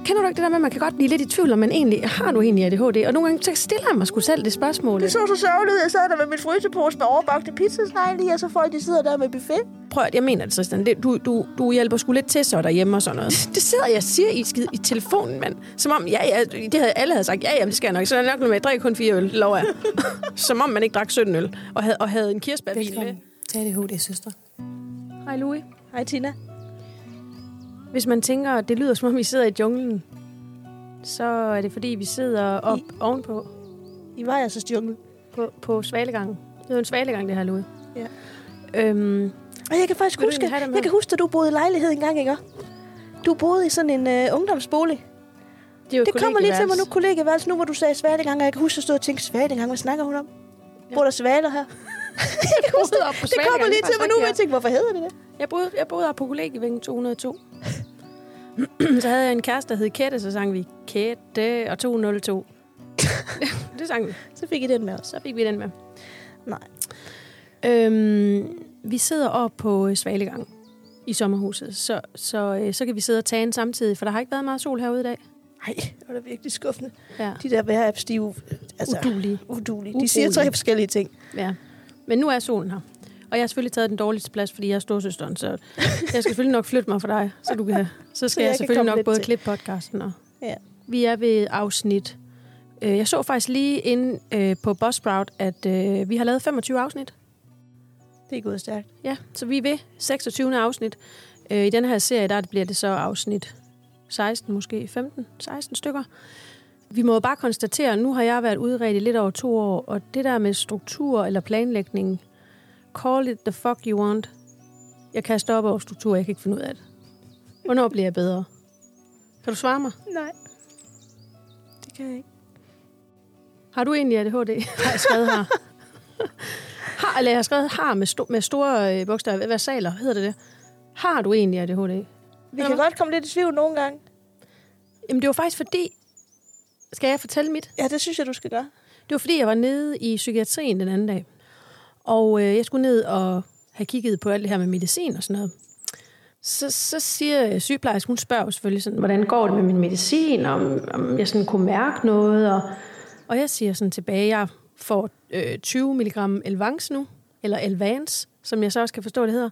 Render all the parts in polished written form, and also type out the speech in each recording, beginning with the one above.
Kender du ikke det der med, at man kan godt blive lidt i tvivl, om man egentlig har du egentlig ADHD? Og nogle gange så stiller jeg mig sgu selv det spørgsmål. Det så sørgeligt ud. Jeg sad der med min frysepose med overbagte pizzasnegle i, og så folk, de sidder der med buffet. Prøv at, jeg mener det, Tristan. Du hjælper sgu lidt til så derhjemme og sådan noget. Det sidder jeg siger i telefonen, mand. Som om, alle havde sagt, ja, det skal jeg nok. Så er jeg nok med at drikke kun 4 øl, lover jeg. Som om man ikke drak 17 øl, og havde en kirsebærvin med. Til ADHD, søster. Hej, Louis. Hej, Tina. Hvis man tænker, at det lyder som om, vi sidder i junglen, så er det fordi, vi sidder op ovenpå. I Vejers jungle. På svalegangen. Det er jo en svalegang, det her, Louis. Ja. Og jeg kan faktisk huske, at du boede i lejlighed engang, ikke? Du boede i sådan en ungdomsbolig. Det kommer lige til mig nu, kollegeværelse, nu hvor du sagde svalegang, og jeg kan huske, at jeg stod og tænkte, svalegang, hvad snakker hun om? Ja. Bor der svaler her? Jeg kan huske, det kommer lige til mig nu, og jeg tænkte, hvorfor hedder det det? Jeg boede her på kollegievæggen 202. Så havde jeg en kæreste, der hed Kette, så sang vi Kette og 202. Det sang vi. Så fik I den med os. Så fik vi den med. Nej. Vi sidder oppe på Svalegang i sommerhuset, så kan vi sidde og tage en samtidig, for der har ikke været meget sol herude i dag. Nej, det var da virkelig skuffende. Ja. De der vejr-apps, de er jo udulige. De siger 3 forskellige ting. Ja, men nu er solen her. Og jeg har selvfølgelig taget den dårligste plads, fordi jeg er storsøsteren, så jeg skal selvfølgelig nok flytte mig for dig, så skal jeg selvfølgelig nok både klippe podcasten og... Ja. Vi er ved afsnit. Jeg så faktisk lige inde på Buzzsprout, at vi har lavet 25 afsnit. Det er gået stærkt. Ja, så vi er ved 26. afsnit. I den her serie, der bliver det så afsnit 16, måske 15, 16 stykker. Vi må jo bare konstatere, at nu har jeg været udredt i lidt over 2 år, og det der med struktur eller planlægning, call it the fuck you want. Jeg kaster op over struktur, jeg kan ikke finde ud af det. Hvornår bliver jeg bedre? Kan du svare mig? Nej. Det kan jeg ikke. Har du egentlig ADHD? Har jeg skrevet her? Jeg har skrevet har med store bogstaver. Versaler, hedder det? Har du egentlig ADHD? Vi kan godt komme lidt i tvivl nogle gange. Jamen, det var faktisk fordi... Skal jeg fortælle mit? Ja, det synes jeg, du skal gøre. Det var fordi, jeg var nede i psykiatrien den anden dag. Og jeg skulle ned og have kigget på alt det her med medicin og sådan noget. Så siger sygeplejersken, hun spørger selvfølgelig sådan, hvordan går det med min medicin, om jeg sådan kunne mærke noget. Og jeg siger sådan tilbage, jeg får 20 mg Elvance nu, eller Elvance, som jeg så også kan forstå, det hedder.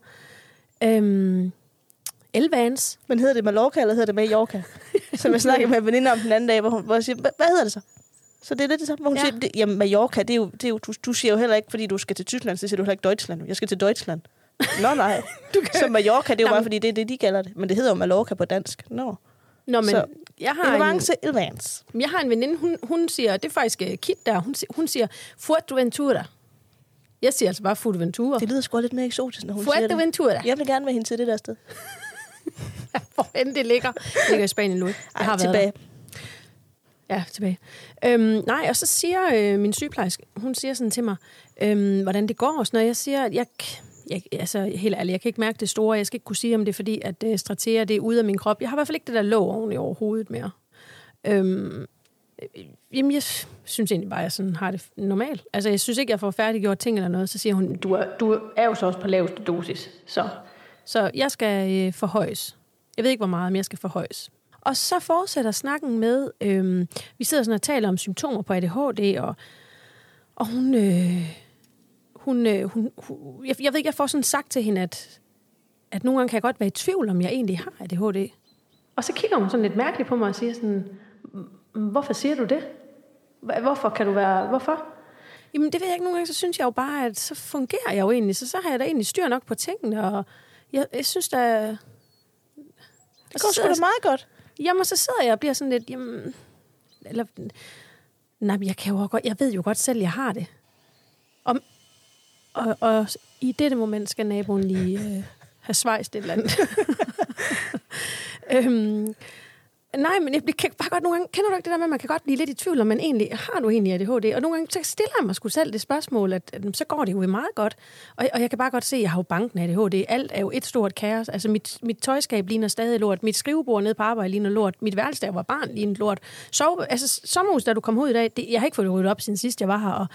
Elvance. Men hedder det Mallorca, eller hedder det Mallorca? Som jeg snakkede med en veninde om den anden dag, hvor jeg siger, hvad hedder det så? Så det er lidt det samme, hvor hun siger, jamen Mallorca, det er jo du siger jo heller ikke, fordi du skal til Tyskland, så siger du heller ikke Deutschland. Jeg skal til Deutschland. Nå nej. Så Mallorca, det er jo bare fordi, det er det, de kalder det. Men det hedder jo Mallorca på dansk. Nå, men så, jeg har Jeg har en veninde, hun siger, det er faktisk Kit der, hun siger Fuerteventura. Jeg siger altså bare Fuerteventura. Det lyder sgu lidt mere eksotisk, når hun siger det. Fuerteventura. Jeg vil gerne med hende til det der sted. Hvor end det ligger. Det ligger i Spanien nu. Tilbage. Ja, tilbage. Nej, og så siger min sygeplejerske, hun siger sådan til mig, hvordan det går. Når jeg siger, at jeg altså helt ærligt, jeg kan ikke mærke det store. Jeg skal ikke kunne sige, om det er fordi, at strateger det er ude af min krop. Jeg har i hvert fald ikke det der låg oven i overhovedet mere. Jamen, jeg synes egentlig bare, at jeg sådan har det normalt. Altså, jeg synes ikke, jeg får færdiggjort ting eller noget. Så siger hun, du er jo så også på laveste dosis. Så jeg skal forhøjes. Jeg ved ikke, hvor meget, men jeg skal forhøjes. Og så fortsætter snakken med, vi sidder sådan og taler om symptomer på ADHD, og hun jeg ved ikke, jeg får sådan sagt til hende, at nogle gange kan jeg godt være i tvivl, om jeg egentlig har ADHD. Og så kigger hun sådan lidt mærkeligt på mig og siger sådan, hvorfor siger du det? Hvorfor? Jamen, det ved jeg ikke. Nogle gange, så synes jeg jo bare, at så fungerer jeg jo egentlig. Så har jeg da egentlig styr nok på tingene, og jeg synes da... Det går sgu da meget godt. Jamen, så sidder jeg og bliver sådan lidt... Jamen, eller... Nej, jeg ved jo godt selv, jeg har det. Og i dette moment skal naboen lige have svejst et eller andet. Nej, men jeg kan bare godt nogle gange... Kender du ikke det der med, at man kan godt blive lidt i tvivl, om man egentlig... Har du egentlig ADHD? Og nogle gange så stiller jeg mig sgu selv det spørgsmål, at så går det jo meget godt. Og jeg kan bare godt se, at jeg har jo banken af ADHD. Alt er jo et stort kaos. Altså, mit tøjskab ligner stadig lort. Mit skrivebord nede på arbejde ligner lort. Mit værelse, der var barn, ligner lort. Sommerhus, da du kom ud i dag, jeg har ikke fået det ryddet op siden sidst, jeg var her.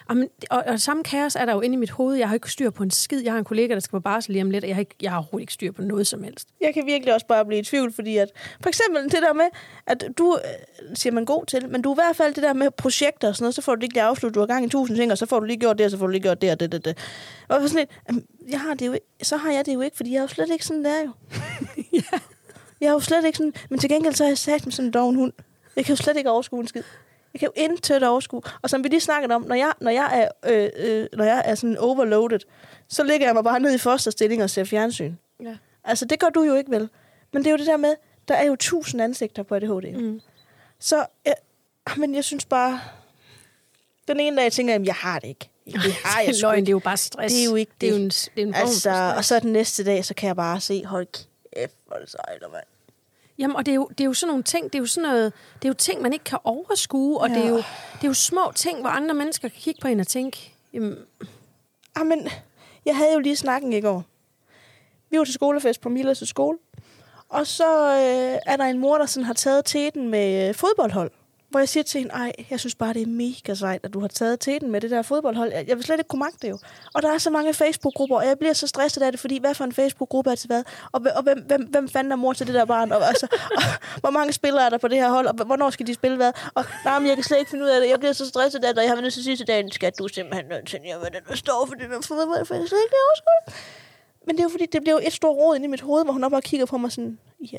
Og samme kaos er der jo inde i mit hoved. Jeg har ikke styr på en skid. Jeg har en kollega, der skal på barsel lige om lidt, og jeg har overhovedet ikke styr på noget som helst. Jeg kan virkelig også bare blive i tvivl, fordi at for eksempel det der med, at du siger man god til, men du er i hvert fald det der med projekter og sådan noget, så får du ikke lige afsluttet, du har gang i 1000 ting, og så får du lige gjort det, og så får du lige gjort det, og det. Og for sådan lidt, så har jeg det jo ikke, fordi jeg er jo slet ikke sådan der jo. Ja. Jeg er jo slet ikke sådan, men til gengæld så har jeg sat med sådan en doven hund. Jeg kan jo slet ikke overskue en skid. Jeg kan jo intet overskue. Og som vi lige snakkede om, når jeg er sådan overloaded, så ligger jeg mig bare ned i fosterstilling og ser fjernsyn. Ja. Altså, det gør du jo ikke vel. Men det er jo det der med, der er jo 1000 ansigter på ADHD. Mm. Så, men jeg synes bare, den ene dag tænker jeg, jeg har det ikke. Det har jeg sgu ikke. Det er jo bare stress. Det er jo ikke det. Det er en altså, og så den næste dag, så kan jeg bare se, hold kæft, hvor det sejt, mand. Jamen, og det er jo sådan nogle ting, det er jo ting, man ikke kan overskue, og det er jo små ting, hvor andre mennesker kan kigge på en og tænke, jamen... Jamen, jeg havde jo lige snakken i går. Vi var til skolefest på Milas skole, og så er der en mor, der sådan har taget teten med fodboldhold. Hvor jeg siger til hende, jeg synes bare, det er mega sejt, at du har taget teten med det der fodboldhold. Jeg vil slet ikke kunne magte det jo. Og der er så mange Facebook-grupper, og jeg bliver så stresset af det, fordi hvad for en Facebook-gruppe er til hvad? Og hvem fanden er mor til det der barn? Og hvor mange spillere er der på det her hold? Og hvornår skal de spille hvad? Og men jeg kan slet ikke finde ud af det. Jeg bliver så stresset af det, og jeg har nødt til at sige til dagen, skat, du er simpelthen nødt til at være den, står for det der fodbold, for jeg slet ikke overskue. Men det er jo fordi, det bliver jo et stort råd inde i mit hoved, hvor hun op og kigger på mig sådan, ja.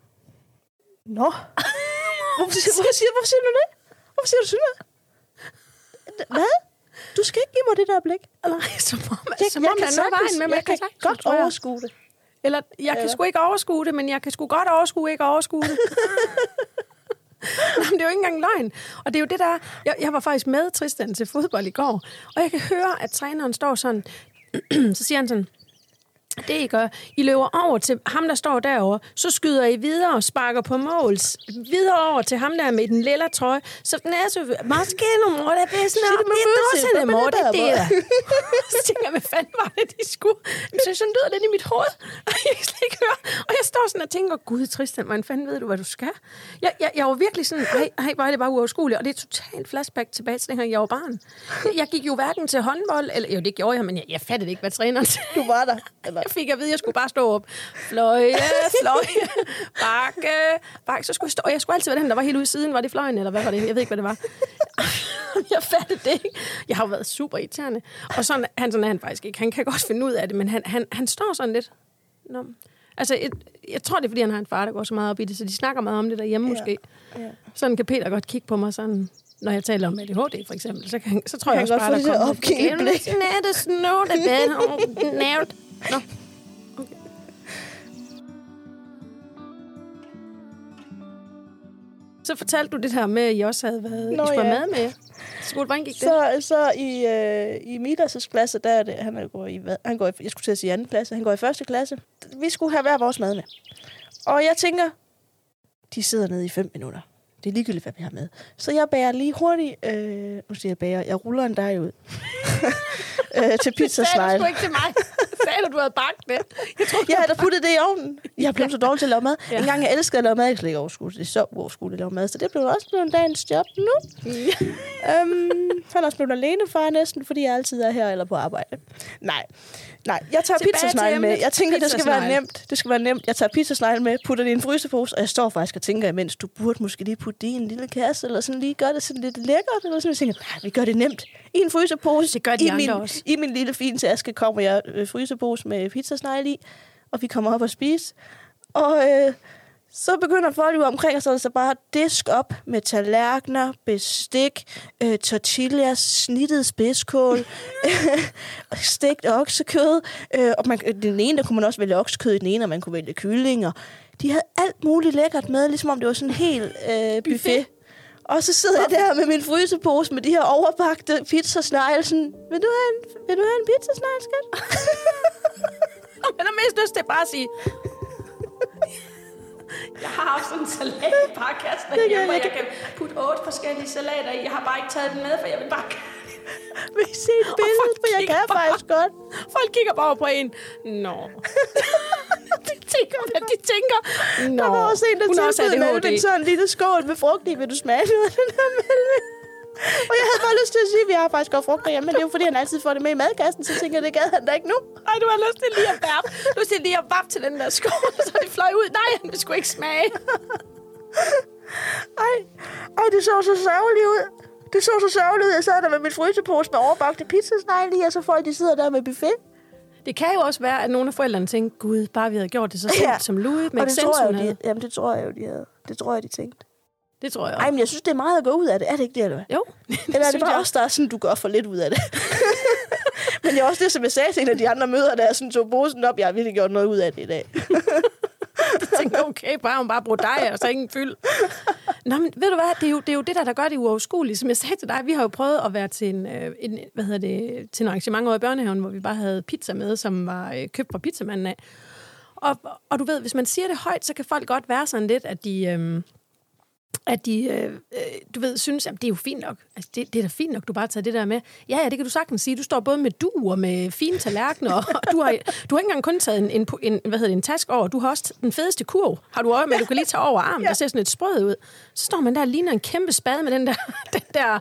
Nå. Hvorfor siger du det? Hvorfor siger du sådan noget? Hvad? Du skal ikke give mig det der blik. Nej, så må man jeg kan godt overskue det. Eller, jeg kan sgu ikke overskue det, men jeg kan sgu godt overskue ikke overskue det. Jamen, det er jo ikke engang løgn. Og det er jo det der... Jeg var faktisk med Tristan til fodbold i går, og jeg kan høre, at træneren står sådan... så siger han sådan... Det I gør, I løber over til ham, der står derovre, så skyder I videre og sparker på måls. Videre over til ham der med den lilla trøje. Så den er så... Måske nogle år, der bliver sådan noget. Det er også en mor, det er der. Så tænker jeg, hvad fanden var det, de skulle? Så sådan lyder det i mit hoved. Og jeg kan slet ikke høre. Og jeg står sådan og tænker, Gud, Tristan, hvordan fanden ved du, hvad du skal? Jeg var virkelig sådan, hvor er det bare uoverskueligt. Og det er totalt flashback tilbage til dengang, jeg var barn. Jeg gik jo hverken til håndbold, eller jo, det gjorde jeg, men jeg fattede ikke, hvad træneren til. Du var der, eller? Jeg fik at vide, at jeg skulle bare stå op. Fløje, bakke. Så skulle jeg stå. Og jeg skulle altid være den, der var helt ude i siden. Var det fløjen, eller hvad var det? Jeg ved ikke, hvad det var. Jeg fattede det ikke. Jeg har jo været super irriterende. Og sådan er han faktisk ikke. Han kan godt finde ud af det, men han står sådan lidt... Nå. Altså, jeg tror, det er, fordi han har en far, der går så meget op i det, så de snakker meget om det derhjemme måske. Ja. Sådan kan Peter godt kigge på mig sådan... Når jeg taler om ADHD, for eksempel, så tror jeg også bare, der kommer... Nå. Okay. Så fortalte du det her med, at I også havde været... I skulle have mad med. Hvordan gik det? Så i Midas' klasse, der er det... jeg skulle til at sige anden klasse. Han går i første klasse. Vi skulle have hver vores mad med. Og jeg tænker, de sidder nede i 5 minutter. Det er ligegyldigt, hvad vi har med. Så jeg bager lige hurtigt... nu siger jeg ruller en dej ud. Til pizzasnegle. Sagde du ikke til mig? Sagde du havde bagt det? Jeg havde da puttet det i ovnen. Jeg er blevet så dårlig til at lave mad. Ja. En gang jeg elskede at lave mad, jeg slet ikke overskue. Det er så uoverskueligt at lave mad. Så det blev også blevet dagens job nu. Han er også blevet alene far næsten, fordi jeg altid er her eller på arbejde. Nej, jeg tager pizzasnegle med. Jeg tænker, det skal være nemt. Det skal være nemt. Jeg tager pizzasnegle med, putter det i en frysepose, og jeg står faktisk og tænker imens, du burde måske lige putte det i en lille kasse, eller sådan lige gøre det sådan lidt lækkert, eller sådan. Jeg tænker, nej, vi gør det nemt. I en frysepose. Det gør de andre også. I min lille fine taske kommer jeg frysepose med pizzasnegle i, og vi kommer op og spise. Og så begynder folk jo omkring os, så bare disk op med tallerkener, bestik, tortillas, snittet spidskål, stegt oksekød. Og den ene, der kunne man også vælge oksekød i den ene, og man kunne vælge kyllinger. De havde alt muligt lækkert med, ligesom om det var sådan en hel buffet. Og så sidder jeg der med min frysepose med de her overbagte pizzasnegle. Vil du have en pizzasnegle, skat? Men er mest lyst til bare at sige... Jeg har haft sådan en salatparkasse derhjemme, og jeg kan putte 8 forskellige salater i. Jeg har bare ikke taget den med, for jeg vil bare... Vil I se et billede? For jeg kan faktisk godt. Folk kigger bare på en. Nå. De tænker, hvad de tænker. Nå. Der var også en, der tilbød Melvin sådan en lille skål med frugt i. Vil du smage noget af den her, Melvin? Og jeg havde bare lyst til at sige, at vi har faktisk godt frugter hjemme, men det er jo fordi, han altid får det med i madkassen, så tænker jeg, det gad han da ikke nu. Ej, du har lyst til lige at bærpe. Du har lige at vappe til den der skål, så det fløj ud. Nej, det skulle ikke smage. Ej, det så så sørgeligt ud. Det så så sørgeligt ud. Jeg sad der med min frysepose med overbagte pizzasnegle i, og så folk, de sidder der med buffet. Det kan jo også være, at nogle af forældrene tænkte, gud, bare vi havde gjort det så simpelt som Louis med extension. Jamen, det tror jeg jo, de havde. Det tror jeg, de tænkte. Det tror jeg også. Ej, men jeg synes, det er meget at gå ud af det. Er det ikke det, eller hvad? Jo. Eller er det bare også, der er sådan, du gør for lidt ud af det? Men det er også det, som jeg sagde til en af de andre møder, der sådan tog posen op. Jeg har virkelig gjort noget ud af det i dag. Jeg tænkte, okay, bare brug dig, og så ingen fyld. Nå, men ved du hvad, det er jo det, der gør det uoverskueligt. Som jeg sagde til dig, vi har jo prøvet at være til til en arrangement over i børnehaven, hvor vi bare havde pizza med, som var købt fra pizzamanden af. Og du ved, hvis man siger det højt, så kan folk godt være sådan lidt, at de du ved, synes, at det er jo fint nok. Altså, det er da fint nok, du bare tager det der med. Ja, det kan du sagtens sige. Du står både med duer, med fine tallerkener, og du har ikke engang kun taget en task over. Du har også den fedeste kurv. Har du øje med, du kan lige tage over armen, der ser sådan et sprød ud. Så står man der og ligner en kæmpe spade med den der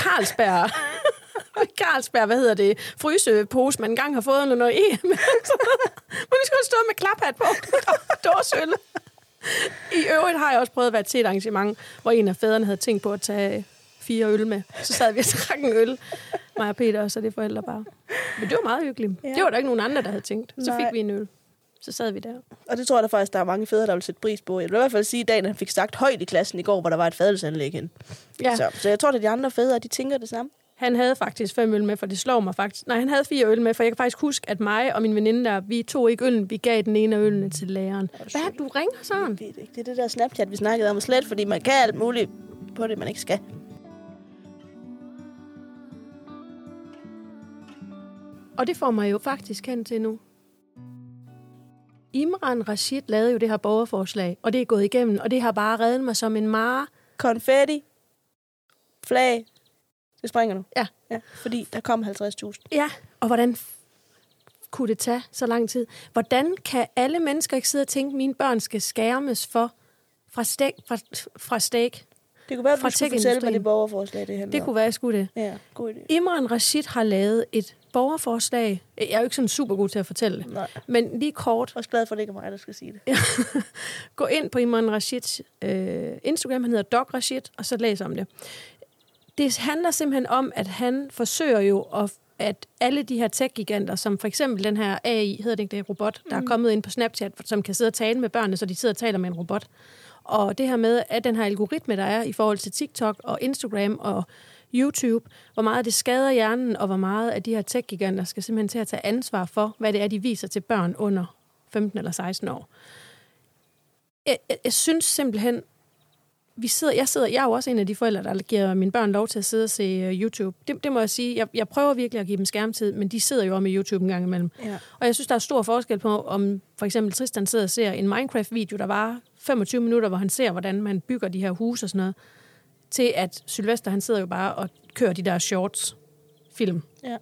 Carlsberg, frysepose, man engang har fået eller noget i. Men vi skulle stå med klaphat på. Dårsøl. I øvrigt har jeg også prøvet at være til et arrangement, hvor en af fædrene havde tænkt på at tage 4 øl med. Så sad vi og drak en øl, mig og Peter, og så det forældre bare. Men det var meget hyggeligt. Ja. Det var der ikke nogen andre, der havde tænkt. Så fik vi en øl. Så sad vi der. Og det tror jeg da faktisk, der er mange fædre, der vil sætte pris på. Jeg vil i hvert fald sige, at dagen han fik sagt højt i klassen i går, hvor der var et fadelsanlæg hen. Ja. Så jeg tror, at de andre fædre, de tænker det samme. Han havde faktisk 5 øl med, for det slår mig faktisk. Nej, han havde 4 øl med, for jeg kan faktisk huske, at mig og min veninde der, vi tog ikke øllen, vi gav den ene af ølene til læreren. Hvad er du ringer sådan? Det er det der Snapchat, vi snakkede om slet, fordi man kan alt muligt på det, man ikke skal. Og det får mig jo faktisk hen til nu. Imran Rashid lavede jo det her borgerforslag, og det er gået igennem, og det har bare reddet mig som en mare. Konfetti. Flag. Det springer nu. Ja. Fordi der kom 50.000. Ja, og hvordan kunne det tage så lang tid? Hvordan kan alle mennesker ikke sidde og tænke, at mine børn skal skærmes fra steak? Det kunne være, at du skulle fortælle mig det borgerforslag, det her. Det kunne være, jeg skulle det. Ja, god idé. Imran Rashid har lavet et borgerforslag. Jeg er jo ikke sådan super god til at fortælle det. Nej. Men lige kort. Jeg er også glad for, at det ikke er mig, der skal sige det. Gå ind på Imran Rashids Instagram. Han hedder Doc Rashid, og så læs om det. Det handler simpelthen om, at han forsøger jo, at alle de her tech-giganter, som for eksempel den her AI, hedder det ikke det, robot, der er kommet ind på Snapchat, som kan sidde og tale med børnene, så de sidder og taler med en robot. Og det her med, at den her algoritme, der er i forhold til TikTok og Instagram og YouTube, hvor meget det skader hjernen, og hvor meget af de her tech-giganter skal simpelthen til at tage ansvar for, hvad det er, de viser til børn under 15 eller 16 år. Jeg synes simpelthen, jeg er jo også en af de forældre, der giver mine børn lov til at sidde og se YouTube. Det må jeg sige. Jeg prøver virkelig at give dem skærmtid, men de sidder jo med YouTube en gang imellem. Ja. Og jeg synes, der er stor forskel på, om for eksempel Tristan sidder og ser en Minecraft-video, der var 25 minutter, hvor han ser, hvordan man bygger de her huse og sådan noget, til at Sylvester, han sidder jo bare og kører de der shorts-film. Ja.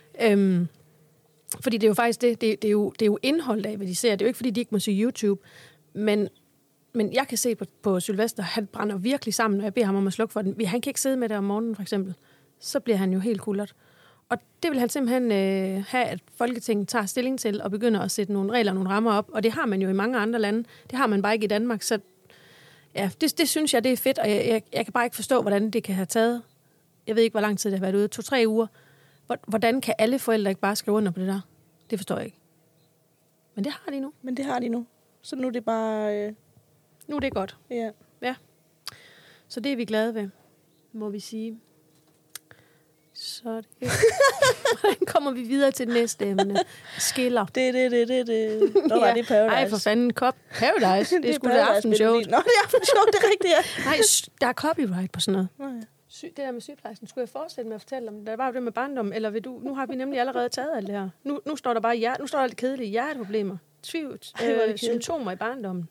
Fordi det er jo faktisk det er jo indholdet af, hvad de ser. Det er jo ikke, fordi de ikke må se YouTube, men jeg kan se på Sylvester, han brænder virkelig sammen, når jeg beder ham om at slukke for den. Han kan ikke sidde med det om morgenen, for eksempel. Så bliver han jo helt kuldert. Og det vil han simpelthen have, at Folketinget tager stilling til og begynder at sætte nogle regler, nogle rammer op. Og det har man jo i mange andre lande. Det har man bare ikke i Danmark. Så ja, det synes jeg, det er fedt. Og jeg kan bare ikke forstå, hvordan det kan have taget. Jeg ved ikke, hvor lang tid det har været ude. 2-3 uger. Hvordan kan alle forældre ikke bare skrive under på det der? Det forstår jeg ikke. Men det har de nu. Så nu er det bare... Nu er det godt. Ja. Så det er vi glade ved, må vi sige. Så det. Hvordan kommer vi videre til det næste emne? Skiller. Det. Nå, nej, det er Paradise. Ej, for fanden, Paradise. Det er sgu det aftenshow. Nå, det er aftenshow, det er rigtigt, ja. Nej, der er copyright på sådan noget. Nå, ja. Det der med sygeplejersken, skulle jeg fortsætte med at fortælle om det? Der var jo det med barndom, eller vil du? Nu har vi nemlig allerede taget alt det her. Nu står der bare nu står der lidt kedelige hjerteproblemer. Symptomer i barndommen.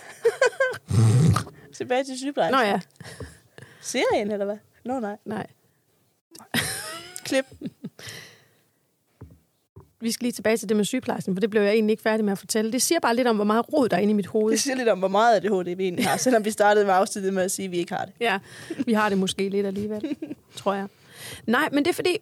Tilbage til sygeplejersken. Nå ja. Serien, eller hvad? Nå, nej. Nej. Klip. vi skal lige tilbage til det med sygeplejersken, for det blev jeg egentlig ikke færdig med at fortælle. Det siger bare lidt om, hvor meget rod der er inde i mit hoved. Det siger lidt om, hvor meget af det ADHD vi egentlig har, selvom vi startede med afsnittet med at sige, at vi ikke har det. Ja, vi har det måske lidt alligevel, tror jeg. Nej, men det er fordi,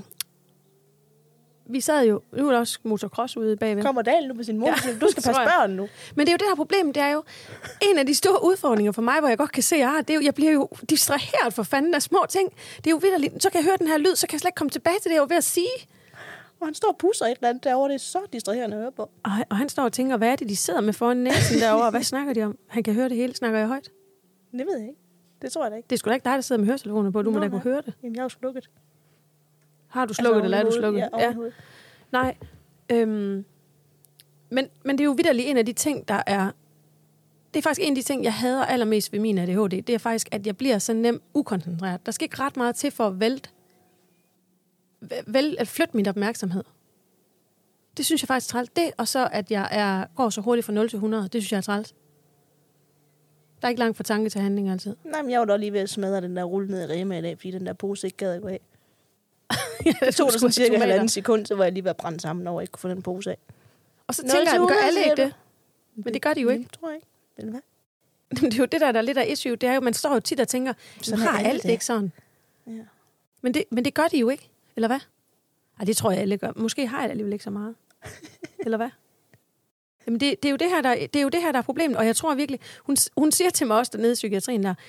vi sad jo, nu er der også motocross ude bagved. Kommer Daniel nu på sin motorcykel? Ja, du skal passe børn nu. Men det er jo det her problem, det er jo en af de store udfordringer for mig, hvor jeg godt kan se, at jeg bliver jo distraheret for fanden af små ting. Det er jo vitterligt. Så kan jeg høre den her lyd, så kan jeg slet ikke komme tilbage til det, jeg var ved at sige. Og han står og pusser et eller andet derovre, det er så distraherende at høre på. Og han står og tænker, hvad er det, de sidder med foran næsen derovre, hvad snakker de om? Han kan høre det hele. Snakker jeg højt? Det ved jeg ikke. Det tror jeg da ikke. Det er sgu da ikke dig, der sidder med høretelefoner på, du må da kunne høre det. Jamen, jeg har jo slukket. Har du slukket, eller er du slukket? Ja. Nej. Men det er jo vitterligt en af de ting, der er... Det er faktisk en af de ting, jeg hader allermest ved min ADHD. Det er faktisk, at jeg bliver så nemt ukoncentreret. Der skal ikke ret meget til for at flytte min opmærksomhed. Det synes jeg faktisk er træls. Det, og så at jeg går så hurtigt fra 0 til 100, det synes jeg er træls. Der er ikke langt fra tanke til handling altid. Nej, men jeg var da lige ved at smadre den der rulle ned i Rema i dag, fordi den der pose ikke gad at gå af. Det tog sådan cirka 1,5 sekund, så var jeg lige ved at brænde sammen, når jeg ikke kunne få den pose af. Og så tænker jeg, gør alle ikke det? Men det gør de jo ikke. Det tror jeg ikke. Eller hvad? Det er jo det, der er lidt af issue. Det er jo, man står jo tit og tænker, sådan har alt det ikke sådan. Ja. Men det gør de jo ikke. Eller hvad? Ej, det tror jeg alle gør. Måske har jeg alligevel ikke så meget. Eller hvad? Jamen, det er jo det her, der er problemet. Og jeg tror virkelig, hun siger til mig også dernede i psykiatrien der,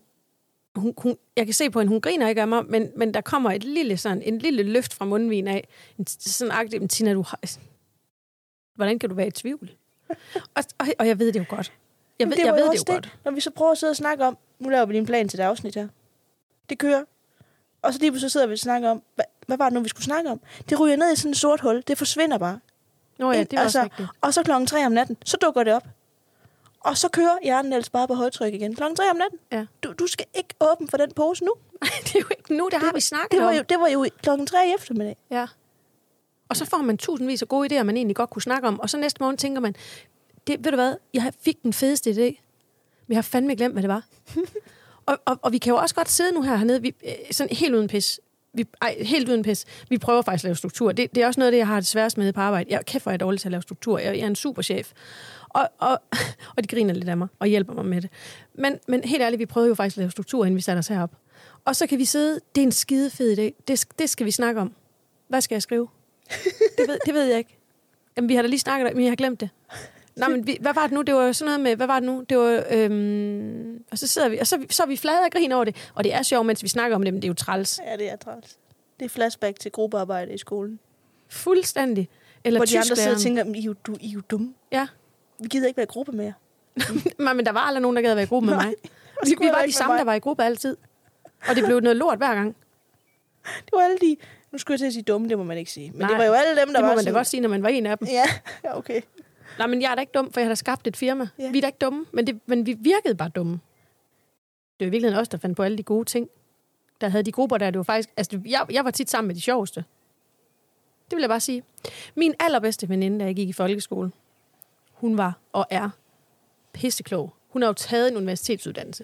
jeg kan se på hende, hun griner ikke af mig, men der kommer en lille løft fra mundvin af. Sådan agtigt, Tina, hvordan kan du være i tvivl? Og jeg ved det jo godt. Jeg ved det jo godt. Når vi så prøver at sidde og snakke om, nu laver vi lige en plan til det afsnit her. Det kører. Og så lige så sidder vi og snakker om, hvad var det nu, vi skulle snakke om? Det ryger ned i sådan et sort hul. Det forsvinder bare. Nå ja, det var også rigtigt. Og så 3:00 om natten, så dukker det op. Og så kører hjernen ellers bare på højtryk igen. 3:00 om natten. Ja. Du skal ikke åbne for den pose nu. Nej, det er jo ikke nu, det har vi snakket om. Det var jo 3:00 i eftermiddag. Ja. Og så får man tusindvis af gode idéer, man egentlig godt kunne snakke om. Og så næste morgen tænker man, ved du hvad, jeg fik den fedeste idé. Men jeg har fandme glemt, hvad det var. og vi kan jo også godt sidde nu hernede, sådan helt uden pis. Helt uden pis. Vi prøver faktisk at lave struktur. Det er også noget af det, jeg har det sværest med på arbejde. Jeg kæft, hvor jeg er dårlig til at lave struktur. Jeg er en superchef. Og de griner lidt af mig og hjælper mig med det. Men helt ærligt, vi prøvede jo faktisk at lave struktur, inden vi satte os herop. Og så kan vi sidde, det er en skide fed idé. Det skal vi snakke om. Hvad skal jeg skrive? Det ved jeg ikke. Jamen, vi har da lige snakket om, men jeg har glemt det. Nej, men hvad var det nu? Det var sådan noget med, hvad var det nu? Det var, og så sidder vi, og så er vi flade og griner over det. Og det er sjovt, mens vi snakker om det, men det er jo træls. Ja, det er træls. Det er flashback til gruppearbejde i skolen. Fuldstændig. Eller hvor de andre sidder og tænker, I er jo dumme. Ja. Vi gider ikke være i gruppe mere. Nej, men der var aldrig nogen, der gad være i gruppe med mig. Vi var de samme, der var i gruppe altid. Og det blev noget lort hver gang. Det var alle de... Nu skulle jeg til at sige dumme, det må man ikke sige. Men nej, det var jo alle dem, der var det må man da godt sige, når man var en af dem. Ja, okay. Nej, men jeg er da ikke dum, for jeg har da skabt et firma. Ja. Vi er da ikke dumme, men vi virkede bare dumme. Det var i virkeligheden os, der fandt på alle de gode ting. Der havde de grupper, der det var faktisk... Altså, jeg var tit sammen med de sjoveste. Det vil jeg bare sige. Min allerbedste veninde, da jeg gik i folkeskole, hun var og er pisseklog. Hun har jo taget en universitetsuddannelse.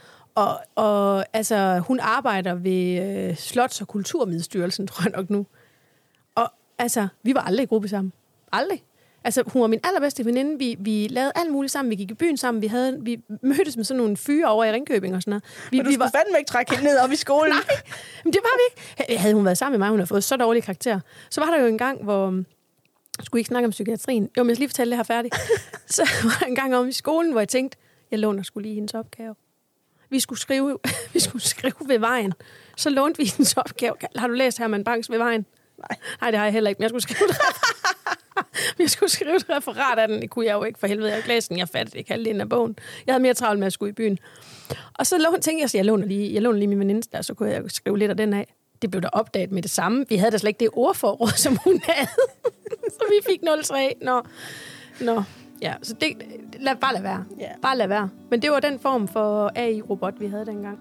Og altså, hun arbejder ved Slots- og Kulturmiddelstyrelsen, tror jeg nok nu. Og altså, vi var aldrig i gruppe sammen. Aldrig. Altså, hun var min allerbedste veninde. Vi lavede alt muligt sammen. Vi gik i byen sammen. Vi mødtes med sådan nogle fyre over i Ringkøbing og sådan noget. Men du skulle fandme ikke trække hende ned op i skolen. Nej, men det var vi ikke. Havde hun været sammen med mig, hun havde fået så dårlige karakterer. Så var der jo en gang, hvor... Skulle ikke snakke om psykiatrien. Jo, men jeg skal lige fortælle det her færdigt. Så var der en gang om i skolen, hvor jeg tænkte, jeg låner skulle lige hendes opgave. Vi skulle skrive ved vejen. Så lånte vi hendes opgave. Har du læst Herman Bangs Ved Vejen? Nej, det har jeg heller ikke, men jeg skulle skrive et referat af den. Det kunne jeg jo ikke, for helvede. Jeg har læst den, jeg fattede ikke halvdelen af bogen. Jeg havde mere travlt med at skulle i byen. Og så tænkte jeg, at jeg låner lige min veninde der, så kunne jeg skrive lidt af den af. Det blev der opdaget med det samme. Vi havde da slet ikke det ordforråd, som hun havde. Så vi fik 0,3. Nå. Ja, så bare lad være. Yeah. Bare lad være. Men det var den form for AI-robot, vi havde dengang.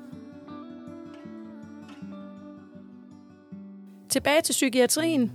Tilbage til psykiatrien.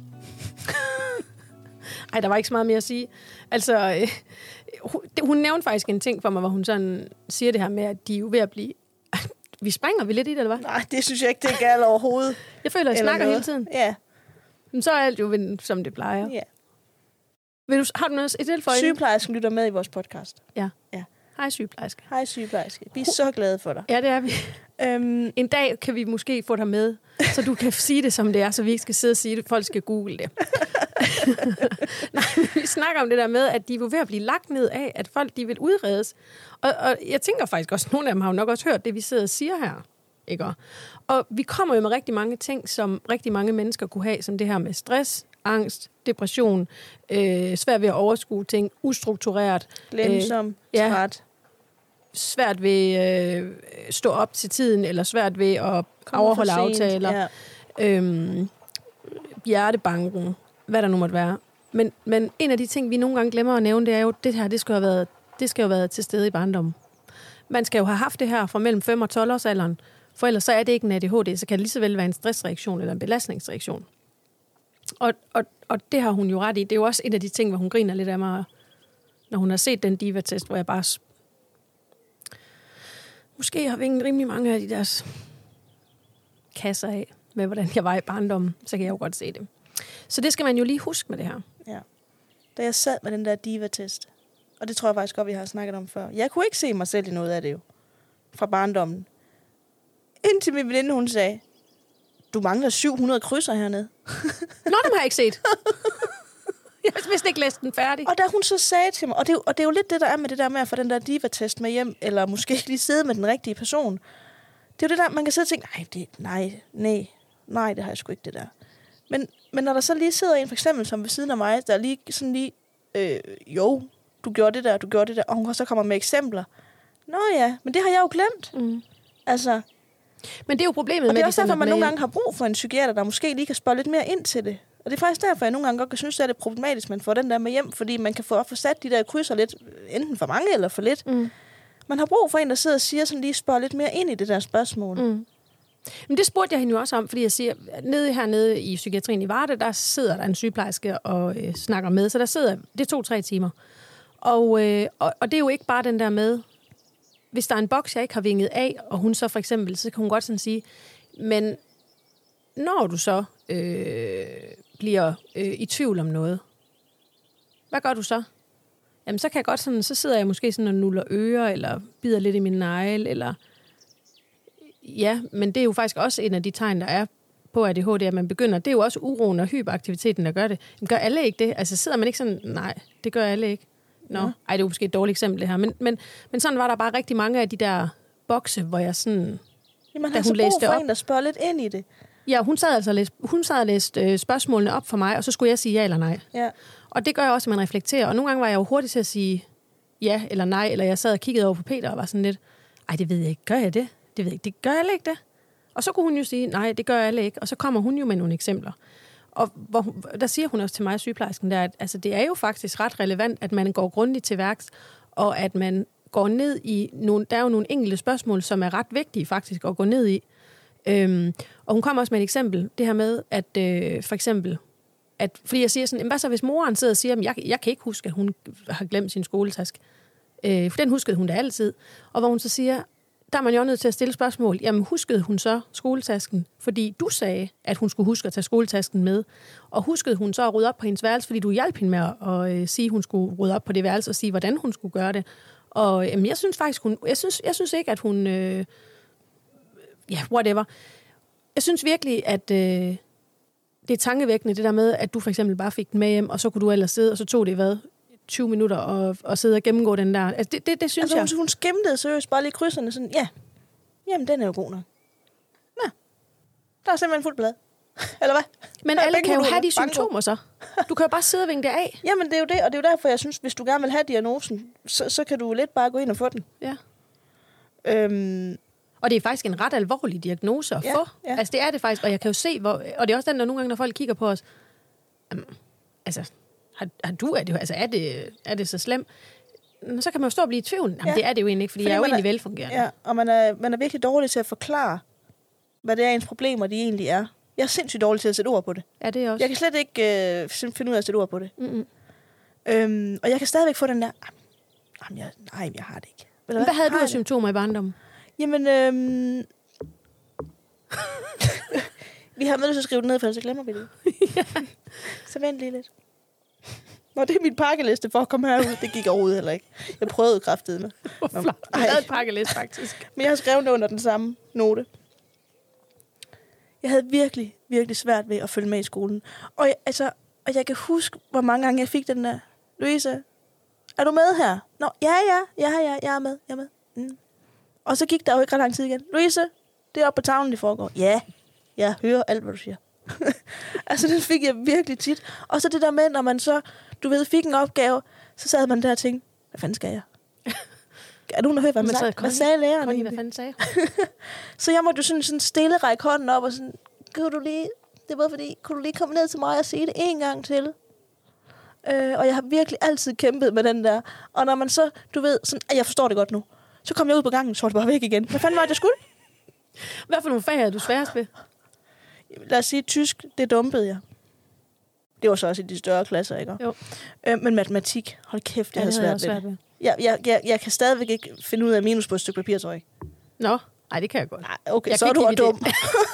Ej, der var ikke så meget mere at sige. Altså, hun nævnte faktisk en ting for mig, hvor hun sådan siger det her med, at de er jo ved at blive... Vi lidt i det, eller hvad? Nej, det synes jeg ikke, det er galt overhovedet. Jeg føler, at jeg snakker hele tiden. Ja. Så er alt jo, som det plejer. Ja. Har du noget et tilføje? Sygeplejersken lytter med i vores podcast. Ja. Hej sygeplejerske. Hej sygeplejerske. Vi er så glade for dig. Ja, det er vi. En dag kan vi måske få dig med, så du kan sige det, som det er, så vi ikke skal sidde og sige det. Folk skal google det. Nej, vi snakker om det der med, at de er ved at blive lagt ned af, at folk de vil udredes. Og jeg tænker faktisk også, at nogle af dem har jo nok også hørt det, vi sidder og siger her. Ikke? Og vi kommer jo med rigtig mange ting, som rigtig mange mennesker kunne have, som det her med stress, angst, depression, svært ved at overskue ting, ustruktureret. Lænsom, træt. Svært ved at stå op til tiden, eller svært ved at overholde aftaler. Ja. Hjertebanken, hvad der nu måtte være. Men en af de ting, vi nogle gange glemmer at nævne, det er jo, det her, det skal jo have været til stede i barndommen. Man skal jo have haft det her fra mellem 5 og 12 års alderen, for ellers så er det ikke en ADHD, så kan det lige så vel være en stressreaktion eller en belastningsreaktion. Og det har hun jo ret i. Det er jo også en af de ting, hvor hun griner lidt af mig, når hun har set den diva-test, hvor jeg bare... Måske har vinget rimelig mange af de deres kasser af, med hvordan jeg var i barndommen, så kan jeg jo godt se det. Så det skal man jo lige huske med det her. Ja. Da jeg sad med den der diva-test, og det tror jeg faktisk godt, vi har snakket om før. Jeg kunne ikke se mig selv i noget af det jo, fra barndommen. Indtil min veninde, hun sagde, du mangler 700 krydser hernede. Nå, dem har jeg ikke set. Jeg har vist ikke læst den færdig. Og da hun så sagde til mig, og det er jo lidt det, der er med det der med at få den der diva-test med hjem, eller måske lige sidde med den rigtige person. Det er jo det der, man kan sidde og tænke, nej, det har jeg sgu ikke det der. Men når der så lige sidder en, for eksempel som ved siden af mig, der lige sådan lige, jo, du gjorde det der, og hun så kommer med eksempler. Nå ja, men det har jeg jo glemt. Mm. Altså... Men det er jo problemet med... Og det er også derfor, man nogle gange har brug for en psykiater, der måske lige kan spørge lidt mere ind til det. Og det er faktisk derfor, jeg nogle gange godt kan synes, at det er problematisk, at man får den der med hjem, fordi man kan få sat de der krydser lidt, enten for mange eller for lidt. Mm. Man har brug for en, der sidder og siger, sådan lige spørger lidt mere ind i det der spørgsmål. Mm. Men det spurgte jeg hende jo også om, fordi jeg siger, hernede i psykiatrien i Varde, der sidder der en sygeplejerske og snakker med, så der sidder, det 2-3 timer. Og det er jo ikke bare den der med, hvis der er en boks, jeg ikke har vinget af, og hun så for eksempel, så kan hun godt sådan sige, men når du så bliver i tvivl om noget, hvad gør du så? Jamen, så kan jeg godt sådan, så sidder jeg måske sådan og nuller ører, eller bider lidt i min negle, eller... Ja, men det er jo faktisk også en af de tegn, der er på ADHD, at man begynder. Det er jo også uroen og hyperaktiviteten, der gør det. Men gør alle ikke det? Altså sidder man ikke sådan, nej, det gør alle ikke. Nå, ej, det er jo måske et dårligt eksempel det her. Men sådan var der bare rigtig mange af de der bokse, hvor jeg sådan... Jamen, da hun læste op... en, der spørger lidt ind i det. Ja, hun sad og læste spørgsmålene op for mig, og så skulle jeg sige ja eller nej. Ja. Og det gør jeg også, at man reflekterer. Og nogle gange var jeg jo hurtig til at sige ja eller nej, eller jeg sad og kiggede over på Peter og var sådan lidt, ej, det ved jeg ikke, gør jeg det? Det ved jeg ikke, det gør alle ikke det. Og så kunne hun jo sige, nej, det gør alle ikke. Og så kommer hun jo med nogle eksempler. Og der siger hun også til mig, sygeplejersken, der, at altså, det er jo faktisk ret relevant, at man går grundigt til værks, og at man går ned i nogle... Der er jo nogle enkelte spørgsmål, som er ret vigtige faktisk at gå ned i. Og hun kommer også med et eksempel. Det her med, at for eksempel... fordi jeg siger sådan, hvad så hvis moren sidder og siger, jeg kan ikke huske, at hun har glemt sin skoletaske. For den huskede hun da altid. Og hvor hun så siger... Der er man jo nødt til at stille spørgsmål. Jamen, huskede hun så skoletasken, fordi du sagde, at hun skulle huske at tage skoletasken med? Og huskede hun så at rydde op på hendes værelse, fordi du hjalp hende med at sige, at hun skulle rydde op på det værelse, og sige, hvordan hun skulle gøre det? Og jamen, jeg synes faktisk, jeg synes ikke, at hun... whatever. Jeg synes virkelig, at det er tankevækkende, det der med, at du for eksempel bare fik den med hjem, og så kunne du ellers sidde, og så tog det, 20 minutter og sidde og gennemgå den der. Altså, det synes jeg. Hun skimtede seriøst bare lige krydserne sådan, ja, jamen den er jo god nok. Nå, der er simpelthen fuldt blad. Eller hvad? Men alle kan jo have de symptomer så. Du kan jo bare sidde og vinge det af. Jamen det er jo det, og det er jo derfor, jeg synes, hvis du gerne vil have diagnosen, så kan du lidt bare gå ind og få den. Ja. Og det er faktisk en ret alvorlig diagnose at få. Ja. Altså det er det faktisk, og jeg kan jo se, og det er også den, der nogle gange, når folk kigger på os, altså... Har du, er det så slemt? Så kan man jo stå og blive i tvivl. Jamen, det er det jo egentlig ikke, fordi jeg er jo egentlig velfungerende. Ja, og man er virkelig dårlig til at forklare, hvad det er ens problemer, de egentlig er. Jeg er sindssygt dårlig til at sætte ord på det. Ja, det er også. Jeg kan slet ikke finde ud af at sætte ord på det. Og jeg kan stadigvæk få den der, jeg har det ikke. Hvad havde du af symptomer i barndommen? Jamen, Vi har nødt til at skrive det ned, for så glemmer vi det. Ja. Så vent lige lidt. Nå, det er min pakkeliste for at komme herud. Det gik overhovedet heller ikke. Jeg prøvede kraftedeme. Jeg lavede et pakkeliste, faktisk. Men jeg har skrevet det under den samme note. Jeg havde virkelig, virkelig svært ved at følge med i skolen. Og jeg kan huske, hvor mange gange jeg fik den der, Louise, er du med her? Nå, ja, jeg er med. Mm. Og så gik der jo ikke ret lang tid igen. Louise, det er oppe på tavlen, det foregår. Ja, jeg hører alt, hvad du siger. Altså, det fik jeg virkelig tit. Og så det der med, når man så, fik en opgave, så sad man der og tænkte, hvad fanden skal jeg? Er du nogen, der hører, hvad man sagde? Hvad sagde læreren? Connie, hvad fanden sagde? Så jeg måtte jo sådan stille række hånden op og sådan, kunne du lige komme ned til mig og sige det en gang til? Og jeg har virkelig altid kæmpet med den der. Og når man så, sådan, jeg forstår det godt nu. Så kom jeg ud på gangen, så var det bare væk igen. Hvad fanden var det, jeg skulle? Hvad for nogle fag havde du sværest ved? Lad os sige, tysk, det dumpede jeg. Det var så også i de større klasser, ikke? Jo. Men matematik, hold kæft, det havde svært ved. Jeg kan stadigvæk ikke finde ud af minus på et stykke papir, tror jeg. Nå, nej, det kan jeg godt. Nej, okay, så er du dum.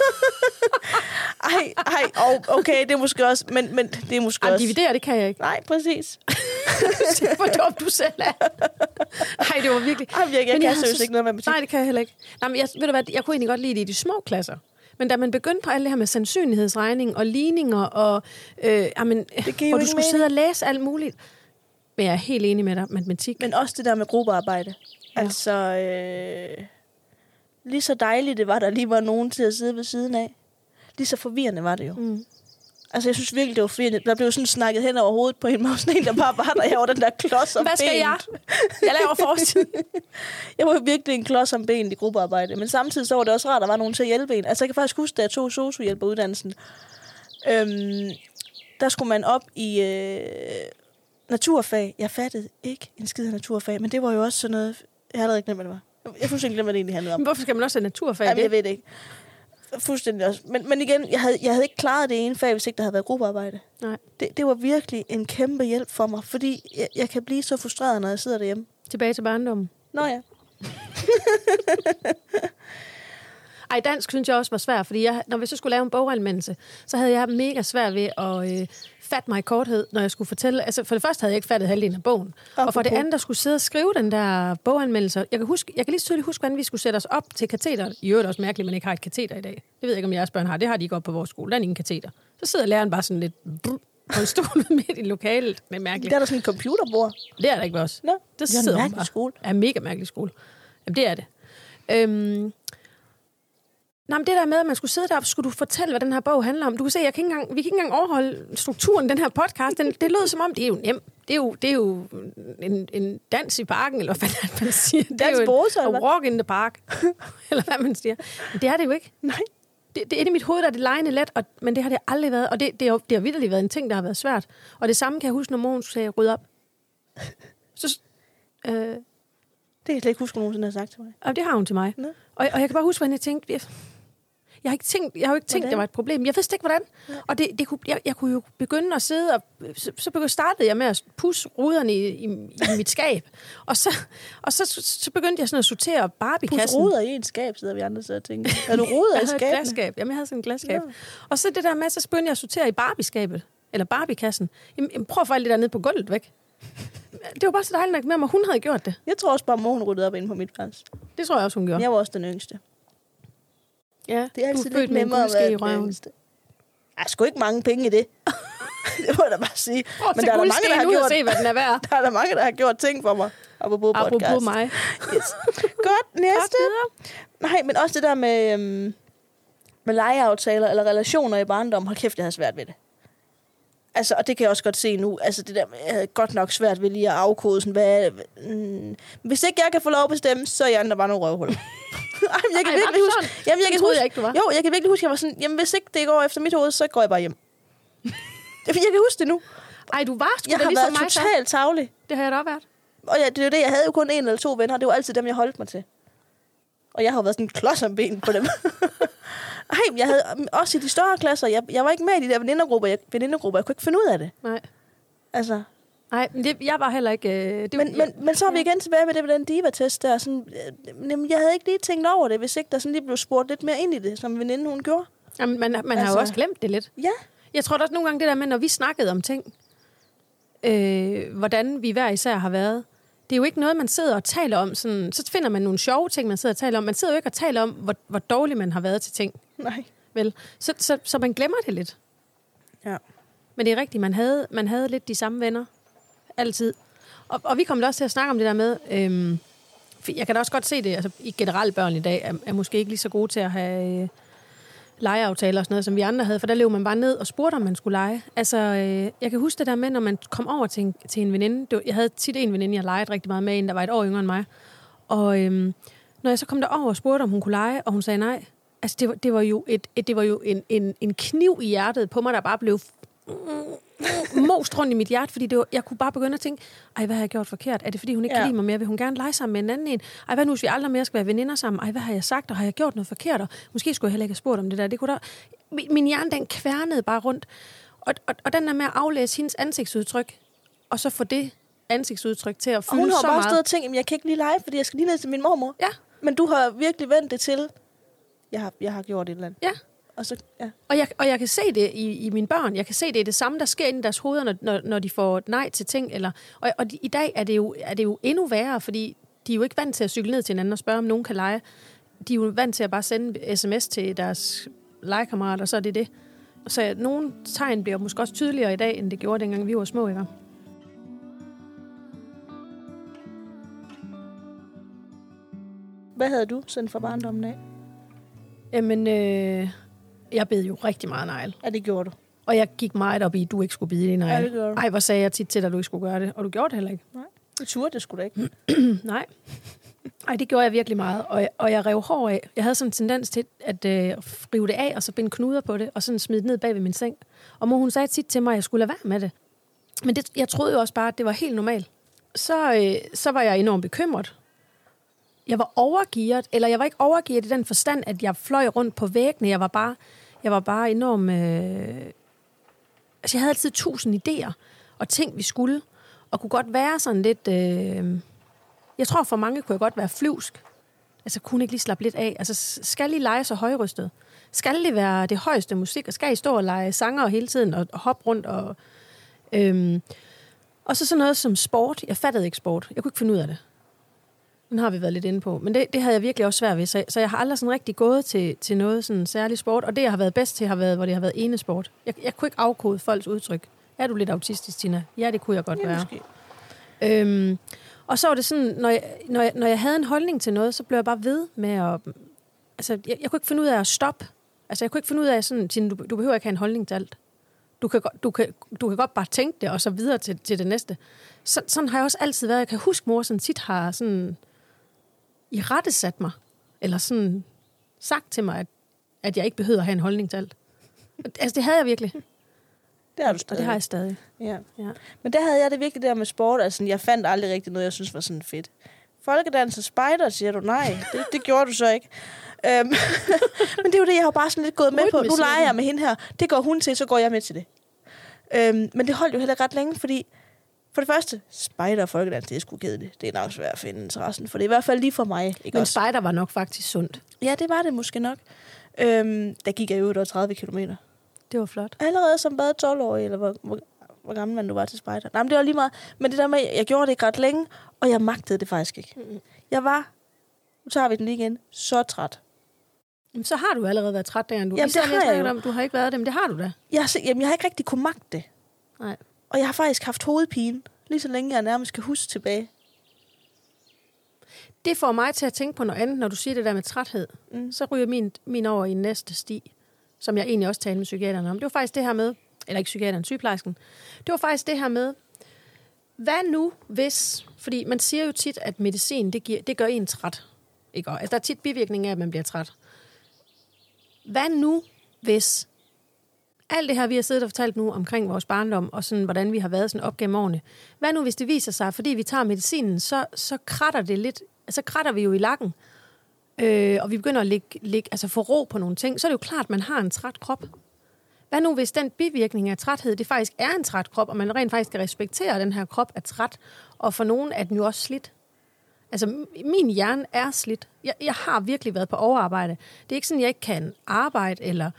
Okay, det er måske også, men det er måske også... Dividere, det kan jeg ikke. Nej, præcis. Se, hvor dum du selv er. Nej, det var virkelig... Jeg kan seriøst ikke noget med matematik. Nej, det kan jeg heller ikke. Nej, men ved du hvad, jeg kunne egentlig godt lide det i de små klasser. Men da man begyndte på alt det her med sandsynlighedsregning og ligninger, og hvor du skulle sidde og læse alt muligt. Men jeg er helt enig med dig, matematik. Men også det der med gruppearbejde. Ja. Altså, lige så dejligt det var, der lige var nogen til at sidde ved siden af. Lige så forvirrende var det jo. Mm. Altså, jeg synes virkelig, det var forvirrende. Der blev sådan snakket hen over hovedet på en måde, sådan en, der bare var der. Jeg var den der klods om benet. Hvad skal jeg? Jeg laver fortid. Jeg var jo virkelig en klods om benet i gruppearbejde. Men samtidig så var det også rart, at der var nogen til at hjælpe en. Altså, jeg kan faktisk huske, da jeg tog sosu-hjælperuddannelsen. Der skulle man op i naturfag. Jeg fattede ikke en skid af naturfag, men det var jo også sådan noget... Jeg havde ikke glemt, hvad det var. Jeg fuldstændig glemt, hvad det egentlig handlede om. Men hvorfor skal man også have naturfag? Jamen, jeg ved det ikke. Fuldstændig også. Men igen, jeg havde ikke klaret det ene fag, hvis ikke der havde været gruppearbejde. Nej. Det var virkelig en kæmpe hjælp for mig, fordi jeg kan blive så frustreret, når jeg sidder derhjemme. Tilbage til barndommen. Nå ja. Ej, dansk synes jeg også var svært, fordi når vi så skulle lave en boganmeldelse, så havde jeg mega svært ved at fatte mig i korthed, når jeg skulle fortælle. Altså, for det første havde jeg ikke fattet halvdelen af bogen. Og for det andet, der skulle sidde og skrive den der boganmeldelse. Jeg kan lige tydeligt huske, hvordan vi skulle sætte os op til kateter. I øvrigt også mærkeligt, at man ikke har et kateter i dag. Det ved jeg ikke, om jeres børn har. Det har de ikke op på vores skole. Der er ingen kateter. Så sidder læreren bare sådan lidt på en stol midt i lokalet. Det er mærkeligt. Der er der sådan en computerbord. Det er der ikke ved os. Nå, det er en mærkelig skole. Ja, mega mærkelig skole. Jamen, det er det. Nej, men det der med, at man skulle sidde der, skulle du fortælle, hvad den her bog handler om. Du kan se, vi kan ikke engang overholde strukturen i den her podcast. Det lød som om, det er jo nemt. Det er jo en dans i parken, eller hvad fanden man siger. Det er jo en walk in the park, eller hvad man siger. Men det er det jo ikke. Nej. Det er inde i mit hoved, der er det legende let, men det har det aldrig været. Og det har vitterligt været en ting, der har været svært. Og det samme kan jeg huske, når moren sagde, rydde op. Så... Det kan jeg slet ikke huske, hvad nogensinde har sagt til mig. Og det har hun til mig. Ja. Og jeg kan bare huske, hvordan jeg tænkte... Jeg har jo ikke tænkt, det var et problem. Jeg vidste ikke, hvordan. Ja. Og jeg kunne jo begynde at sidde, og så startede jeg med at pusse ruderne i mit skab. Og så begyndte jeg sådan at sortere Barbie-kassen. Pusse ruder i et skab, sidder vi andre så og tænker. Er du ruder i skabet? Jeg havde et glasskab. Jamen, jeg havde sådan et glasskab. Ja. Og så det der med, så begyndte jeg at sortere i Barbie-skabet. Eller Barbie-kassen. Jamen, prøv at få alt det der ned på gulvet væk. Det var bare så dejligt nok med, at hun havde gjort det. Jeg tror også bare, at hun ryddede op inde på mit værelse. Det tror jeg også, hun gjorde. Jeg var også den yngste. Ja, det er altid lidt nemmere at være den yngste. Der er sgu ikke mange penge i det. Det må jeg da bare sige. Men der er der mange, der har gjort... Se, hvad den er værd. Der er der mange, der har gjort ting for mig. Apropos mig. Yes. Godt, næste. Nej, men også det der med legeaftaler eller relationer i barndom. Hold kæft, jeg har svært ved det. Altså, og det kan jeg også godt se nu. Altså, det der jeg havde godt nok svært ved lige at afkode sådan, hvis ikke jeg kan få lov at bestemme, så er I andre bare nogle røvhuller. Jeg kan virkelig huske... Jamen, jeg kan virkelig huske, jeg var sådan, jamen, hvis ikke det går efter mit hoved, så går jeg bare hjem. Jeg kan huske det nu. Ej, du var sgu da ligesom mig. Jeg har været totalt tavlig. Det har jeg da været. Og ja, det er jo det, jeg havde jo kun en eller to venner, det var altid dem, jeg holdt mig til. Og jeg har været sådan en klods om ben på dem. Ej, jeg havde også i de større klasser, jeg var ikke med i de der venindergrupper. Jeg kunne ikke finde ud af det. Nej. Altså... Nej, men jeg var heller ikke... Men så er vi igen tilbage med den diva-test der. Sådan, jeg havde ikke lige tænkt over det, hvis ikke der sådan lige blev spurgt lidt mere ind i det, som veninde hun gjorde. Jamen, man har jo også glemt det lidt. Ja. Jeg tror da også nogle gange det der med, når vi snakkede om ting, hvordan vi hver især har været. Det er jo ikke noget, man sidder og taler om. Sådan, så finder man nogle sjove ting, man sidder og taler om. Man sidder jo ikke og taler om, hvor dårlig man har været til ting. Nej. Vel? Så man glemmer det lidt. Ja. Men det er rigtigt, man havde lidt de samme venner. Altid. Og vi kommer da også til at snakke om det der med... jeg kan da også godt se det. Altså, i generelt børn i dag er måske ikke lige så gode til at have... legeaftaler og sådan noget, som vi andre havde, for der løb man bare ned og spurgte, om man skulle lege. Altså, jeg kan huske det der med, når man kom over til en veninde. Jeg havde tit en veninde, jeg legede rigtig meget med, en der var et år yngre end mig. Og når jeg så kom derover og spurgte, om hun kunne lege, og hun sagde nej, altså det var jo en kniv i hjertet på mig, der bare blev most rundt i mit hjerte, fordi jeg kunne bare begynde at tænke, ej, hvad har jeg gjort forkert? Er det, fordi hun ikke kan lide mig mere? Vil hun gerne lege sammen med en anden en? Ej, hvad nu, hvis vi aldrig mere skal være veninder sammen? Ej, hvad har jeg sagt? Og har jeg gjort noget forkert? Og måske skulle jeg heller ikke have spurgt om det der. Det kunne da... Min hjerne, den kværnede bare rundt. Og den der med at aflæse hendes ansigtsudtryk, og så få det ansigtsudtryk til at fylde så meget. Og hun har bare stået og tænkt, jeg kan ikke lige lege, fordi jeg skal lige ned til min mormor. Ja. Men du har virkelig vendt det til, jeg har gjort et eller andet. Ja. Og, så, ja. Og jeg kan se det i mine børn. Jeg kan se det samme, der sker inde i deres hoveder, når de får nej til ting. I dag er det jo endnu værre, fordi de er jo ikke vant til at cykle ned til hinanden og spørge, om nogen kan lege. De er jo vant til at bare sende sms til deres legekammerater, og så er det det. Så nogle tegn bliver måske også tydeligere i dag, end det gjorde, dengang vi var små, ikke? Hvad havde du sådan for barndommen af? Jamen... Jeg bed jo rigtig meget negl. Ja, det gjorde du. Og jeg gik meget op i, at du ikke skulle bide i negl. Ja, det gjorde du. Ej, hvor sagde jeg tit til dig, at du ikke skulle gøre det. Og du gjorde det heller ikke. Nej, det turde det sgu da ikke. Nej. Ej, det gjorde jeg virkelig meget. Og jeg rev hår af. Jeg havde sådan en tendens til at rive det af, og så binde knuder på det, og sådan smide det ned bag ved min seng. Og mor, hun sagde tit til mig, at jeg skulle lade være med det. Men jeg troede jo også bare, at det var helt normalt. Så var jeg enormt bekymret. Jeg var overgearet, eller jeg var ikke overgearet i den forstand, at jeg fløj rundt på væggene. Jeg var bare enormt... jeg havde altid 1000 idéer og ting, vi skulle. Og kunne godt være sådan lidt... jeg tror, for mange kunne jeg godt være flyvsk. Altså, kunne ikke lige slappe lidt af. Altså, skal I lege så højrystet? Skal det være det højeste musik? Og skal I stå og lege sanger hele tiden og hoppe rundt? Og så sådan noget som sport. Jeg fattede ikke sport. Jeg kunne ikke finde ud af det. Den har vi været lidt inde på. Men det havde jeg virkelig også svært ved. Så jeg har aldrig sådan rigtig gået til noget sådan særlig sport. Og det, jeg har været bedst til, har været, hvor det har været enesport. Jeg kunne ikke afkode folks udtryk. Er du lidt autistisk, Tina? Ja, det kunne jeg godt være. Og så var det sådan, når jeg havde en holdning til noget, så blev jeg bare ved med at... Altså, jeg kunne ikke finde ud af at stoppe. Altså, jeg kunne ikke finde ud af sådan, Tina, du behøver ikke have en holdning til alt. Du kan godt bare tænke det, og så videre til det næste. Sådan har jeg også altid været. Jeg kan huske, mor sådan tit har sådan... I rette sat mig, eller sådan sagt til mig, at jeg ikke behøver at have en holdning til alt. Altså, det havde jeg virkelig. Det har du stadig. Og det har jeg stadig. Ja. Men der havde jeg det virkelig der med sport. Altså, jeg fandt aldrig rigtig noget, jeg synes var sådan fedt. Folkedans og spejder, siger du nej. Det gjorde du så ikke. Men det er jo det, jeg har bare sådan lidt gået med på. Nu leger jeg med hende her. Det går hun til, så går jeg med til det. Men det holdt jo heller ikke ret længe, fordi for det første, spejder og folkedans, det er sgu kedeligt. Det er nok svært at finde interessen, for det er i hvert fald lige for mig. Ikke men spejder var nok faktisk sundt. Ja, det var det måske nok. Der gik jeg jo over 30 kilometer. Det var flot. Allerede som bare 12-årig, eller hvor gammel man nu var til spejder. Nej, men det var lige meget. Men det der med, jeg gjorde det ikke ret længe, og jeg magtede det faktisk ikke. Mm-hmm. Jeg var, nu tager vi den lige igen, så træt. Jamen, så har du allerede været træt der, du. Jamen, det har jeg jo. Om, du har ikke været det, men det har du da. Jeg har ikke rigtig kunne magte det. Nej. Og jeg har faktisk haft hovedpine, lige så længe jeg nærmest kan huske tilbage. Det får mig til at tænke på noget andet, når du siger det der med træthed. Så ryger min over i næste sti, som jeg egentlig også talte med psykiaterne om. Det var faktisk det her med, eller ikke psykiateren, sygeplejersken. Det var faktisk det her med, hvad nu hvis, fordi man siger jo tit, at medicin, det gør en træt. Ikke? Altså, der er tit bivirkninger af, at man bliver træt. Hvad nu hvis alt det her, vi har siddet og fortalt nu omkring vores barndom, og sådan, hvordan vi har været sådan op gennem årene. Hvad nu, hvis det viser sig, fordi vi tager medicinen, så kratter det lidt, så kratter vi jo i lakken, og vi begynder at få ro på nogle ting, så er det jo klart, at man har en træt krop. Hvad nu, hvis den bivirkning af træthed, det faktisk er en træt krop, og man rent faktisk skal respektere, at den her krop er træt, og for nogen er den jo også slidt. Altså, min hjerne er slidt. Jeg har virkelig været på overarbejde. Det er ikke sådan, jeg ikke kan arbejde, eller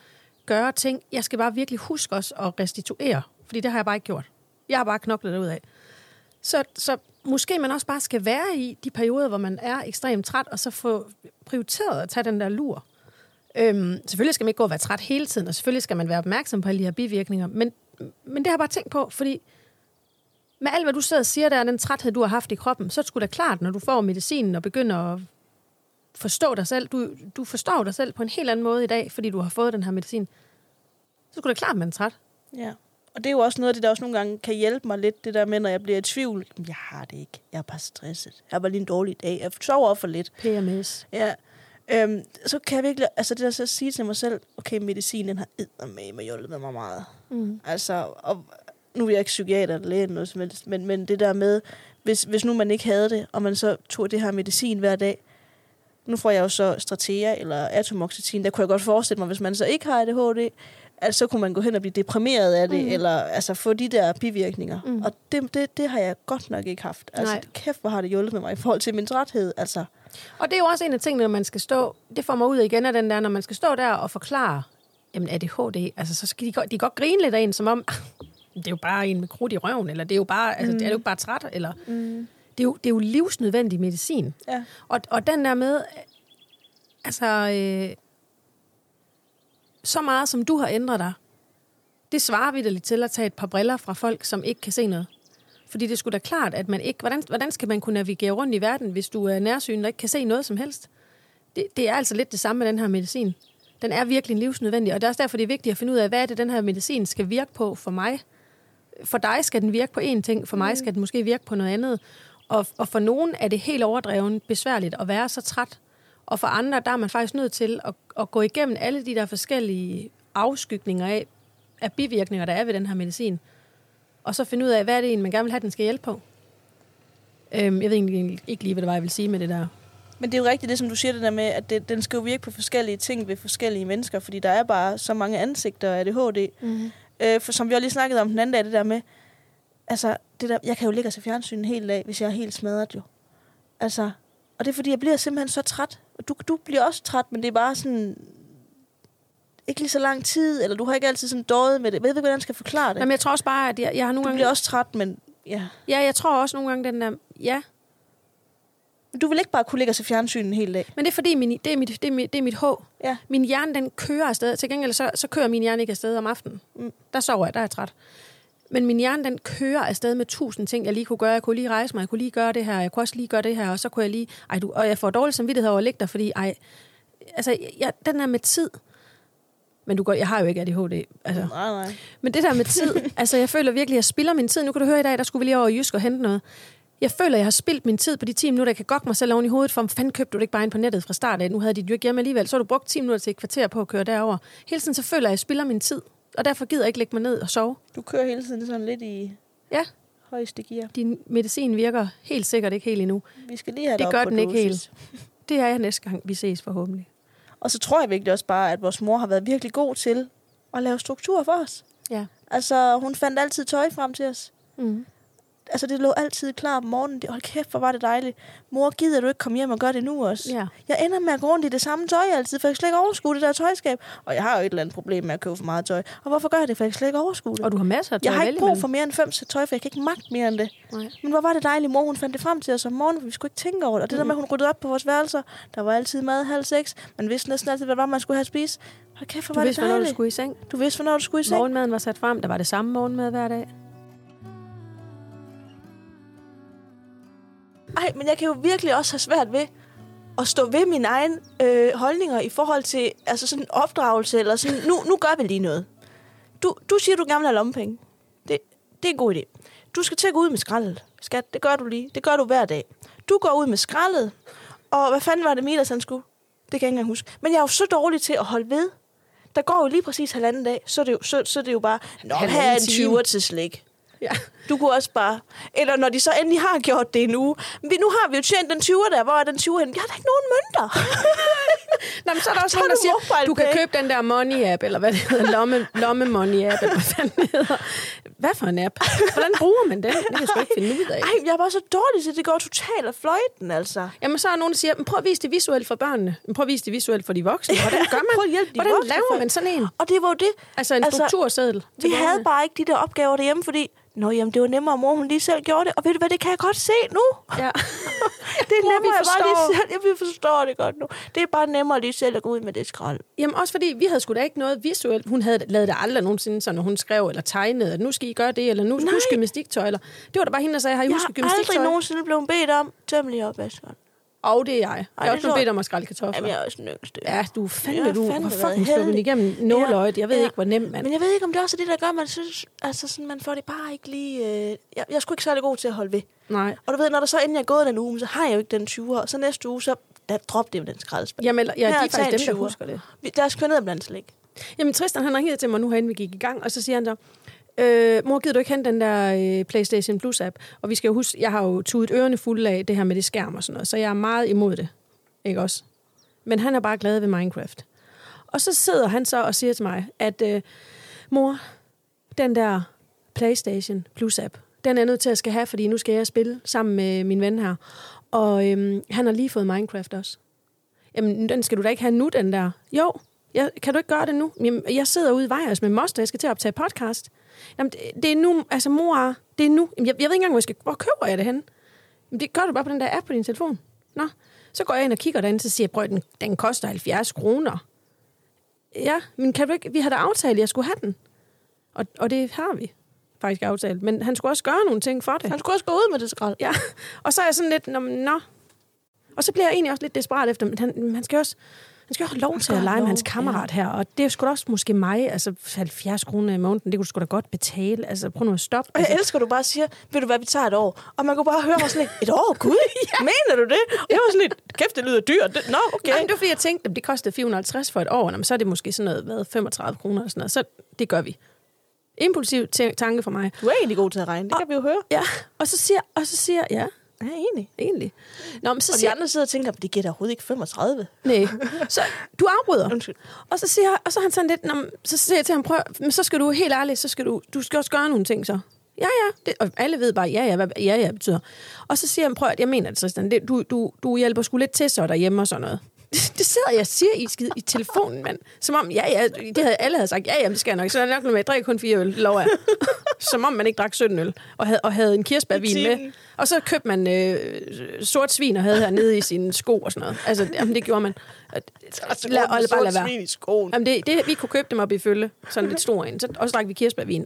gøre ting. Jeg skal bare virkelig huske os at restituere, fordi det har jeg bare ikke gjort. Jeg har bare knoklet derudad. Så måske man også bare skal være i de perioder, hvor man er ekstremt træt, og så få prioriteret at tage den der lur. Selvfølgelig skal man ikke gå og være træt hele tiden, og selvfølgelig skal man være opmærksom på alle de her bivirkninger, men det har jeg bare tænkt på, fordi med alt, hvad du sidder og siger, der er den træthed, du har haft i kroppen, så er det sgu da klart, når du får medicinen og begynder at forstå dig selv. Du forstår dig selv på en helt anden måde i dag, fordi du har fået den her medicin. Så skulle det klart, man er træt. Ja, og det er jo også noget af det, der også nogle gange kan hjælpe mig lidt, det der med, når jeg bliver i tvivl. Jeg har det ikke. Jeg er bare stresset. Jeg har bare lige en dårlig dag. Jeg sover for lidt. PMS. Ja. Så kan jeg virkelig, altså det der så at sige til mig selv, okay, medicinen har eddermame hjulpet mig meget. Altså, og nu er jeg ikke psykiater eller læge eller noget som helst, men det der med, hvis nu man ikke havde det, og man så tog det her medicin hver dag, nu får jeg jo så Stratea eller atomoxetin, der kunne jeg godt forestille mig, hvis man så ikke har ADHD, altså så kunne man gå hen og blive deprimeret af det, eller altså få de der bivirkninger. Og det har jeg godt nok ikke haft. Altså kæft, hvor har det hjulpet mig i forhold til min træthed, altså. Og det er jo også en af tingene, når man skal stå, det får mig ud igen af den der, når man skal stå der og forklare, jamen ADHD, altså så skal de godt grine lidt af en, som om, det er jo bare en med krudt i røven, eller det er jo bare, altså det er jo bare træt, eller det er jo livsnødvendig medicin. Ja. Og den der med, altså, så meget som du har ændret dig, det svarer vitterligt til at tage et par briller fra folk, som ikke kan se noget. Fordi det er sgu da klart, at man ikke... Hvordan skal man kunne navigere rundt i verden, hvis du er nærsynet og ikke kan se noget som helst? Det er altså lidt det samme med den her medicin. Den er virkelig en livsnødvendig, og det er også derfor, det er vigtigt at finde ud af, hvad er det, den her medicin skal virke på for mig. For dig skal den virke på én ting, for mig skal den måske virke på noget andet. Og for nogen er det helt overdrevet besværligt at være så træt. Og for andre, der er man faktisk nødt til at gå igennem alle de der forskellige afskygninger af bivirkninger, der er ved den her medicin. Og så finde ud af, hvad er det man gerne vil have, den skal hjælpe på. Jeg ved egentlig ikke lige, hvad det var, jeg vil sige med det der. Men det er jo rigtigt det, som du siger, det der med, at den skal jo virke på forskellige ting ved forskellige mennesker, fordi der er bare så mange ansigter af ADHD. For som vi også lige snakket om den anden dag, det der med, altså, det der, jeg kan jo ligge og se fjernsyn en hel dag, hvis jeg er helt smadret jo. Altså, og det er fordi, jeg bliver simpelthen så træt. Og du bliver også træt, men det er bare sådan... ikke lige så lang tid, eller du har ikke altid sådan døjet med det. Jeg ved ikke, hvordan jeg skal forklare det. Jamen, jeg tror også bare, at jeg har nogle gange... Du bliver også træt, men ja. Ja, jeg tror også nogle gange, den der... Ja. Du vil ikke bare kunne ligge og se fjernsyn en hel dag. Men det er fordi, det er mit håb. Ja. Min hjerne, den kører afsted. Til gengæld, så kører min hjerne ikke afsted om aftenen. Der sover jeg, der er jeg træt. Men min hjerne, den kører afsted med 1000 ting, jeg lige kunne gøre. Jeg kunne lige rejse mig, jeg kunne lige gøre det her, jeg kunne også lige gøre det her, og så kunne jeg lige... og jeg får dårlig samvittighed over at ligge der, fordi... den er med tid... Men jeg har jo ikke ADHD. Altså. Nej. Men det der med tid, altså jeg føler virkelig, at jeg spilder min tid. Nu kan du høre i dag, der skulle vi lige over i Jysk og hente noget. Jeg føler, at jeg har spildt min tid på de 10 minutter, jeg kan gokke mig selv oven i hovedet, for fanden købte du det ikke bare ind på nettet fra start af. Nu havde de jo ikke hjemme alligevel, så har du brugt 10 minutter til et kvarter på at køre derover. Hele tiden så føler jeg, at jeg spilder min tid, og derfor gider jeg ikke lægge mig ned og sove. Du kører hele tiden sådan lidt i højeste gear. Din medicin virker helt sikkert ikke helt endnu. Vi skal lige have det gør den ikke helt. Det er jeg næste gang, vi ses forhåbentlig. Og så tror jeg virkelig også bare, at vores mor har været virkelig god til at lave struktur for os. Ja. Altså, hun fandt altid tøj frem til os. Altså, det lå altid klar om morgenen. Hold kæft, hvor var det dejligt. Mor, gider du ikke komme hjem og gøre det nu også? Ja. Jeg ender med at gå rundt i det samme tøj altid, for jeg kan slet ikke overskue det der tøjskab. Og jeg har jo et eller andet problem med at købe for meget tøj. Og hvorfor gør jeg det? For jeg kan slet ikke overskue det. Og du har masser af tøj. Jeg har ikke brug for mere end 5 sæt tøj, for jeg kan ikke magte mere end det. Nej. Men hvor var det dejligt, mor, hun fandt det frem til os om morgenen, for vi skulle ikke tænke over det. Og det der med, at hun ryddede op på vores værelser. Der var altid mad 5:30. Man vidste næsten altid, hvad var, man skulle have at spise. Hold kæft, hvor var det dejligt. Du vidste, hvornår du skulle i seng. Du vidste, hvornår du skulle i seng. Morgenmaden var sat frem. Der var det samme morgenmad hver dag. Ej, men jeg kan jo virkelig også have svært ved at stå ved mine egne holdninger i forhold til altså sådan en opdragelse, eller sådan, nu gør vi lige noget. Du siger, du gerne vil have lommepenge. Det er en god idé. Du skal til at gå ud med skraldet. Skat, det gør du lige. Det gør du hver dag. Du går ud med skraldet, og hvad fanden var det Milas, han skulle? Det kan jeg ikke engang huske. Men jeg er jo så dårlig til at holde ved. Der går jo lige præcis 1,5 dag, så er det jo bare, her er en 20'er til slik. Ja. Du kunne også bare... Eller når de så endelig har gjort det nu. Nu har vi jo tjent den 20'er der. Hvor er den 20'er hen? Jeg har da ikke nogen mønter. Nå, men så er der også nogen, der siger, du kan købe den der money-app, eller hvad det hedder, lomme-money-app, eller hvad fanden det hedder. hvad for en app? Hvordan bruger man den? Det kan jeg sgu ikke finde ud af. Ej, jeg er bare så dårlig til, det går totalt af fløjten, altså. Jamen, så er nogen, der siger, prøv at vise det visuelt for børnene. Prøv at vise det visuelt for de voksne. Hvordan gør man? Hvordan laver man sådan en? Og det var jo det. Altså en strukturseddel. Vi havde bare ikke de der opgaver derhjemme, fordi jamen, det var nemmere, at mor hun lige selv gjorde det. Og ved du hvad, det kan jeg godt se nu. Ja. Det er nemmere, jeg bare lige selv. Vi forstår det godt nu. Det er bare nemmere lige selv at gå ud med det skrald. Jamen også fordi, vi havde sgu da ikke noget visuelt. Hun havde lavet det aldrig nogensinde, så når hun skrev eller tegnede, at nu skal I gøre det, eller nu husk gymnastiktøj. Eller det var da bare hende, der sagde, har I husket gymnastiktøj? Jeg har aldrig nogensinde blevet bedt om tømmelige opvaskeren. Og det er jeg. Jeg er også blevet bedt om at skrælle kartofler. Jamen, jeg er også den yngste. Ja, du er fandme, du har fucking sluppet igennem nåløjet. Jeg ved ikke, hvor nemt man. Men jeg ved ikke, om det også er det, der gør, man synes, altså sådan, man får det bare ikke lige... Jeg er sgu ikke særlig god til at holde ved. Nej. Og du ved, når der så endelig er gået den uge, så har jeg jo ikke den 20'er, og så næste uge, så drop det med den skraldespand. Jamen, de er faktisk dem, der husker det. Der er sgu ned blandt slik. Jamen, Tristan, han ringede til mig nu herinde, vi gik i gang, og så siger han så, mor, gider du ikke hente den der PlayStation Plus-app? Og vi skal jo huske, jeg har jo tudet ørerne fulde af det her med det skærm og sådan noget, så jeg er meget imod det. Ikke også? Men han er bare glad ved Minecraft. Og så sidder han så og siger til mig, at mor, den der PlayStation Plus-app, den er nødt til at skal have, fordi nu skal jeg spille sammen med min ven her. Og han har lige fået Minecraft også. Jamen, den skal du da ikke have nu, den der. Jo, kan du ikke gøre det nu? Jamen, jeg sidder ude i Vejers med moster, jeg skal til at optage podcast. Jamen, det er nu, altså mor, det er nu. Jamen, jeg ved ikke engang, hvor køber jeg det hen? Jamen, det gør du bare på den der app på din telefon. Nå, så går jeg ind og kigger derinde, så siger jeg, den koster 70 kroner. Ja, men kan du ikke, vi har da aftalt, at jeg skulle have den. Og det har vi faktisk aftalt. Men han skulle også gøre nogle ting for det. Han skulle også gå ud med det skrald. Ja, og så er jeg sådan lidt, nå. Og så bliver jeg egentlig også lidt desperat efter, men han skal også have lov til at lege med hans kammerat her, og det er sgu da også måske mig, altså 70 kroner i måneden, det kunne du sgu da godt betale, altså prøv nu at stoppe. Og jeg elsker, du bare siger, ved du hvad, vi tager et år, og man kunne bare høre mig sådan lidt, et år, gud, ja. Mener du det? Og jeg var sådan lidt, kæft, det lyder dyrt. Nå, okay. Nej, men det var fordi, jeg tænkte, at det kostede 450 for et år, men så er det måske sådan noget, 35 kroner og sådan noget, så det gør vi. Impulsiv tanke for mig. Du er egentlig god til at regne, det kan vi jo høre. Ja, og så siger ja. Ja, egentlig. Nå, men så og de andre sidder og tænker, det giver da overhovedet ikke 35. Nej, så du afbryder. Undskyld. Og så siger han sådan lidt, så siger jeg til ham, prøv, men så skal du helt ærligt, så skal du skal også gøre nogle ting så. Ja, det, og alle ved bare, hvad ja betyder. Og så siger han, prøv, jeg mener det, Tristan, du hjælper sgu lidt til så derhjemme og sådan noget. Det sidder jeg og siger i telefonen, mand. Som om, alle havde sagt, det skal jeg nok. Så er jeg nok med, jeg drikker kun 4 øl, lover jeg. Som om man ikke drak 17 øl, og havde en kirsebærvin med. Og så købte man sort svin og havde her nede i sine sko og sådan noget. Altså, jamen, det gjorde man. Bare lade være. I skoen. Jamen, vi kunne købe dem op i følge, sådan lidt stor en. Og så drak vi kirsebærvin.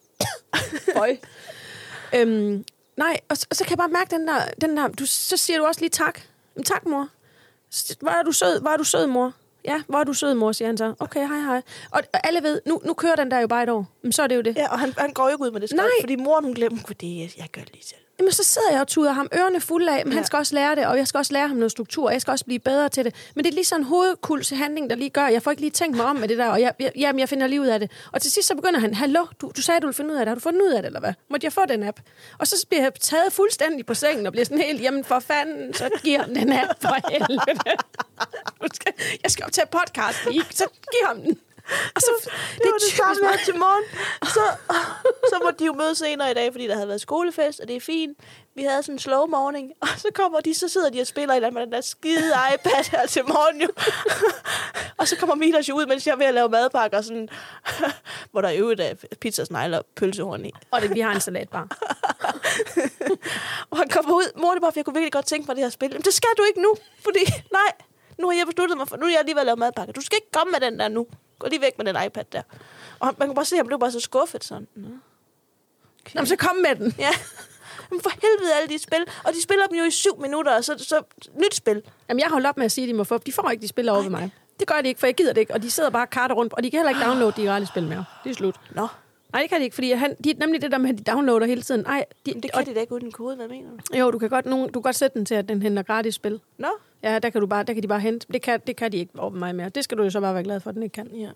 Nej, og så kan jeg bare mærke den der så siger du også lige tak. Tak, mor. Hvor er du sød, mor? Ja, hvor er du sød, mor, siger han så. Okay, hej. Og alle ved, nu kører den der jo bare et år. Men så er det jo det. Ja, og han går jo ikke ud med det skab, fordi moren hun glemmer, det jeg gør det lige selv. Jamen, så sidder jeg og tuder ham ørerne fulde af, men han skal også lære det, og jeg skal også lære ham noget struktur, og jeg skal også blive bedre til det. Men det er lige sådan en hovedkulshandling, der lige gør, jeg får ikke lige tænkt mig om med det der, og jeg finder lige ud af det. Og til sidst så begynder han, hallo, du sagde, du ville finde ud af det. Har du fundet ud af det, eller hvad? Måtte jeg få den app? Og så bliver jeg taget fuldstændig på sengen, og bliver sådan helt, jamen for fanden, så giver ham den app for helvede. Jeg skal optage podcast, så giv ham den. Og så, det var det samme her til morgen. Så måtte de jo møde senere i dag, fordi der havde været skolefest, og det er fint. Vi havde sådan en slow morning, og så sidder de og spiller i med den der skide iPad her til morgen jo. Og så kommer Milas jo ud, mens jeg er ved at lave madpakker, sådan, hvor der er øvrigt af pizza, snegler og pølsehorn i. Og vi har en salatbar. Og han kommer ud, mor, det bare, for jeg kunne virkelig godt tænke mig det her spil. Men det skal du ikke nu, fordi nej, nu har jeg besluttet mig for, nu er jeg lige ved at lave madpakker. Du skal ikke komme med den der nu. Gå lige væk med den iPad der. Og man kan bare se, at han blev bare så skuffet sådan. Okay. Nå, så kom med den. Ja. Men for helvede alle de spil. Og de spiller dem jo i 7 minutter, og så nyt spil. Jamen, jeg har holdt op med at sige, at de må få. De får ikke de spil over ved mig. Det gør de ikke, for jeg gider det ikke. Og de sidder bare og karter rundt, og de kan heller ikke downloade de gratis spil mere. Det er slut. Nå. Nej, det kan de ikke, fordi de er nemlig det der med, at de downloader hele tiden. Ej, det kan de da ikke uden kode, hvad mener du? Jo, du kan godt sætte den til, at den henter gratis spil. Nå? Ja, der kan de bare hente. Det kan de ikke over mig mere. Det skal du jo så bare være glad for, at den ikke kan. Ja.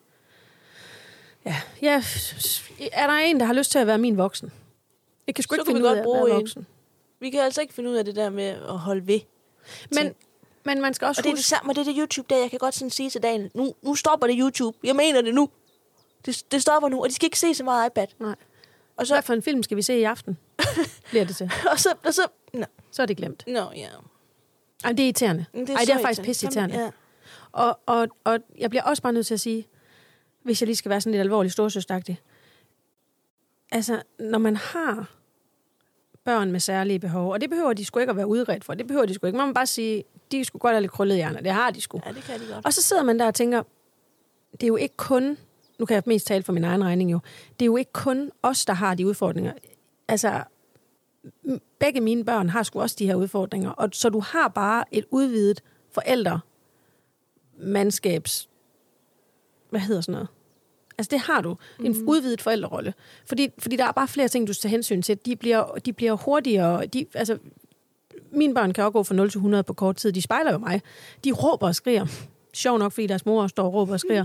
Ja, er der en, der har lyst til at være min voksen? Jeg kan sgu ikke finde ud af at være voksen. Vi kan altså ikke finde ud af det der med at holde ved. Men man skal også og det er det samme med det der YouTube der. Jeg kan godt sådan sige til Daniel, nu stopper det YouTube. Jeg mener det nu. Det stopper nu, og de skal ikke se så meget iPad. Nej. Og så, hvad for en film skal vi se i aften? Bliver det til. Så er det glemt. Ej, det er irriterende. Det er faktisk pisseirriterende. Ja. Og jeg bliver også bare nødt til at sige, hvis jeg lige skal være sådan lidt alvorlig storsøstagtig. Altså, når man har børn med særlige behov, og det behøver de sgu ikke at være udredt for, det behøver de sgu ikke. Man må bare sige, de skulle godt have lidt krøllet hjerner. Det har de sgu. Ja, det kan de godt. Og så sidder man der og tænker, det er jo ikke kun, nu kan jeg mest tale for min egen regning jo, det er jo ikke kun os, der har de udfordringer. Altså, begge mine børn har sgu også de her udfordringer, og så du har bare et udvidet forældremandskabs, hvad hedder sådan noget? Altså det har du, en udvidet forældrerolle, fordi der er bare flere ting, du skal tage hensyn til. De bliver hurtigere, altså mine børn kan også gå fra 0 til 100 på kort tid, de spejler jo mig, de råber og skriger, sjov nok, fordi deres mor står og råber og skriger.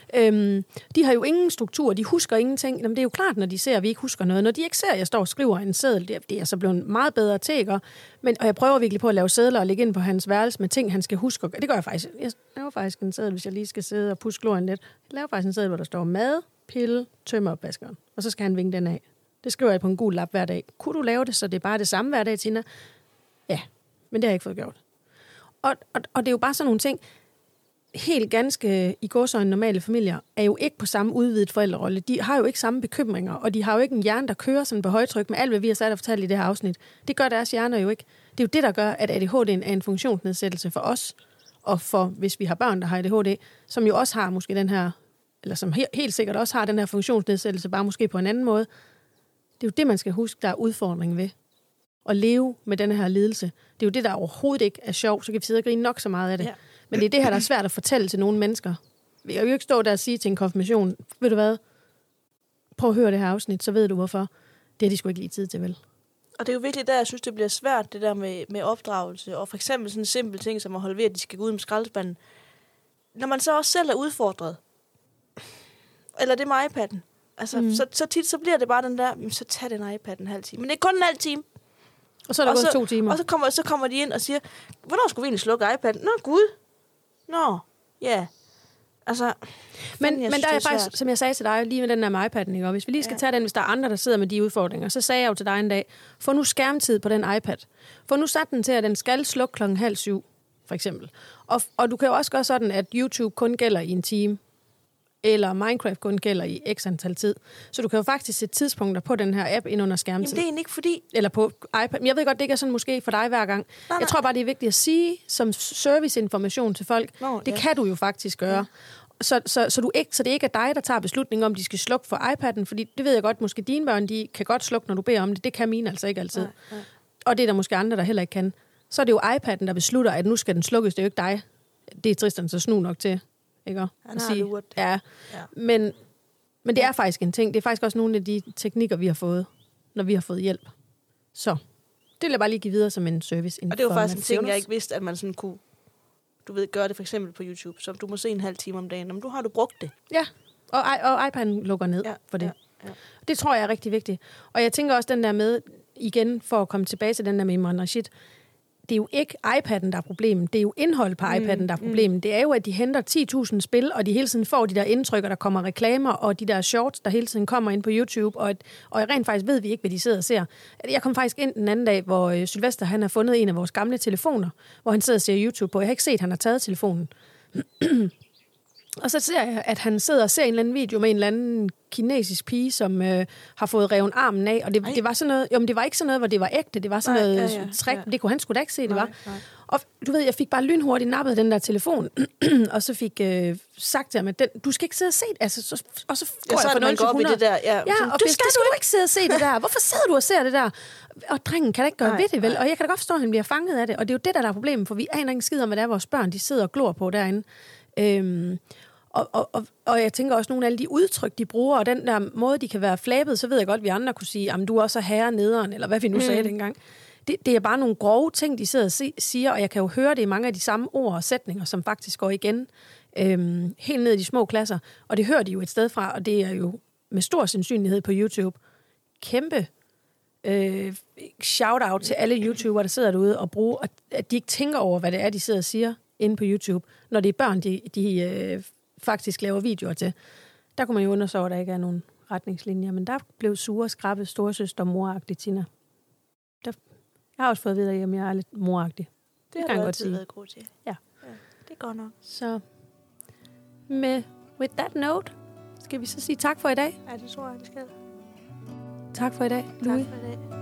De har jo ingen struktur, de husker ingenting. Jamen, det er jo klart, når de ser, at vi ikke husker noget. Når de ikke ser, at jeg står og skriver en seddel, det er så blevet meget bedre til, ikke? Og jeg prøver virkelig på at lave sedler og lægge ind på hans værelse med ting, han skal huske. Det gør jeg faktisk. Jeg laver faktisk en seddel, hvis jeg lige skal sidde og puske glorien lidt. Jeg laver faktisk en seddel, hvor der står mad, pille, tømmer opvaskeren. Og så skal han vinke den af. Det skriver jeg på en gul lap hver dag. Kunne du lave det, så det er bare det samme hver dag, Tina? Ja, men det har jeg ikke fået gjort. Og det er jo bare sådan nogle ting. Helt ganske i gåseøjne normale familier er jo ikke på samme udvidet forældrerolle. De har jo ikke samme bekymringer, og de har jo ikke en hjerne, der kører sådan på højtryk med alt, hvad vi har sat og fortalt i det her afsnit. Det gør deres hjerner jo ikke. Det er jo det, der gør, at ADHD er en funktionsnedsættelse for os, og for, hvis vi har børn, der har ADHD, som jo også har måske den her, eller som helt sikkert også har den her funktionsnedsættelse, bare måske på en anden måde. Det er jo det, man skal huske, der er udfordringen ved. At leve med den her lidelse. Det er jo det, der overhovedet ikke er sjovt, så kan vi sidde og grine nok så meget af det. Ja. Men det er det her, der er svært at fortælle til nogle mennesker. Jeg kan jo ikke stå der og sige til en konfirmation, ved du hvad, prøv at høre det her afsnit, så ved du hvorfor. Det har de sgu ikke lige tid til, vel? Og det er jo virkelig der, jeg synes, det bliver svært, det der med opdragelse. Og for eksempel sådan en simpel ting, som at holde ved, at de skal gå ud med skraldespanden. Når man så også selv er udfordret, eller det med iPad'en, altså, så tit så bliver det bare den der, så tag den iPad en halv time. Men det er kun en halv time. Og så er der gået 2 timer. Og så kommer de ind og siger, hvornår skulle vi egentlig slukke iPad'en? Nå, gud. Nå, ja. Altså, men der er faktisk, som jeg sagde til dig, lige med den der med iPad'en, ikke? Og hvis vi lige skal tage den, hvis der er andre, der sidder med de udfordringer, så sagde jeg jo til dig en dag, få nu skærmtid på den iPad. Få nu sat den til, at den skal slukke 6:30, for eksempel. Og du kan jo også gøre sådan, at YouTube kun gælder i en time, eller Minecraft kun gælder i x antal tid. Så du kan jo faktisk sætte tidspunkter på den her app ind under skærmtid. Jamen det er ikke fordi... Eller på iPad. Men jeg ved godt, det ikke er sådan måske for dig hver gang. Nej. Jeg tror bare, det er vigtigt at sige som serviceinformation til folk. Det kan du jo faktisk gøre. Ja. Så det ikke er dig, der tager beslutningen om, de skal slukke for iPad'en. Fordi det ved jeg godt, måske dine børn, de kan godt slukke, når du beder om det. Det kan mine altså ikke altid. Nej. Og det er der måske andre, der heller ikke kan. Så er det jo iPad'en, der beslutter, at nu skal den slukkes. Det er jo ikke dig. Det er Tristan så snu nok til. Ikke at sige. Ja. Men det er faktisk en ting. Det er faktisk også nogle af de teknikker, vi har fået, når vi har fået hjælp. Så det vil jeg bare lige give videre som en service. Og det var faktisk en ting, jeg ikke vidste, at man sådan kunne, gøre det for eksempel på YouTube, så du må se en halv time om dagen. Men har du brugt det. Ja, og iPad'en lukker ned for det. Ja. Det tror jeg er rigtig vigtigt. Og jeg tænker også den der med, igen for at komme tilbage til den der med Imran Rashid, det er jo ikke iPad'en, der er problemet. Det er jo indholdet på iPad'en, der er problemet. Det er jo, at de henter 10.000 spil, og de hele tiden får de der indtryk, og der kommer reklamer, og de der shorts, der hele tiden kommer ind på YouTube, og rent faktisk ved vi ikke, hvad de sidder og ser. Jeg kom faktisk ind den anden dag, hvor Sylvester, han har fundet en af vores gamle telefoner, hvor han sidder og ser YouTube på. Jeg har ikke set, at han har taget telefonen. Og så ser jeg, at han sidder og ser en eller anden video med en eller anden kinesisk pige, som har fået revet armen af. Og det var sådan noget, jo, men det var ikke sådan noget, hvor det var ægte. Det var sådan noget træk. Det kunne han sgu da ikke se, det var. Nej. Og du ved, jeg fik bare lynhurtigt nappet den der telefon, og så fik sagt til ham, at du skal ikke sidde og se det. Altså, og så går jeg fra 0 til 100. Det der. Og du skal ikke sidde og se det der. Hvorfor sidder du og ser det der? Og drengen kan da ikke gøre ved det, vel? Og jeg kan da godt forstå, at han bliver fanget af det. Og det er jo det, der er problemet, for vi aner ikke skid om, hvad det er, vores børn de sidder og glor på derinde. Og jeg tænker også nogle af alle de udtryk, de bruger, og den der måde, de kan være flabet, så ved jeg godt, at vi andre kunne sige, at du er også herre nederen, eller hvad vi nu sagde dengang. Det er bare nogle grove ting, de sidder og siger, og jeg kan jo høre det i mange af de samme ord og sætninger, som faktisk går igen helt ned i de små klasser. Og det hører de jo et sted fra, og det er jo med stor sandsynlighed på YouTube. Kæmpe shout-out til alle YouTubere, der sidder derude og bruger, at de ikke tænker over, hvad det er, de sidder og siger inde på YouTube, når det er børn, de faktisk laver videoer til. Der kunne man jo undre sig over, at der ikke er nogen retningslinjer, men der blev sure, skrappe, storesøster og moragtig Tina. Jeg har også fået at vide, at jeg er lidt moragtig. Det kan jeg godt sige. Været god til. Ja. Det går nok. Så with that note, skal vi så sige tak for i dag? Ja, det tror jeg, det skal. Tak for i dag, Louis. Tak for i dag.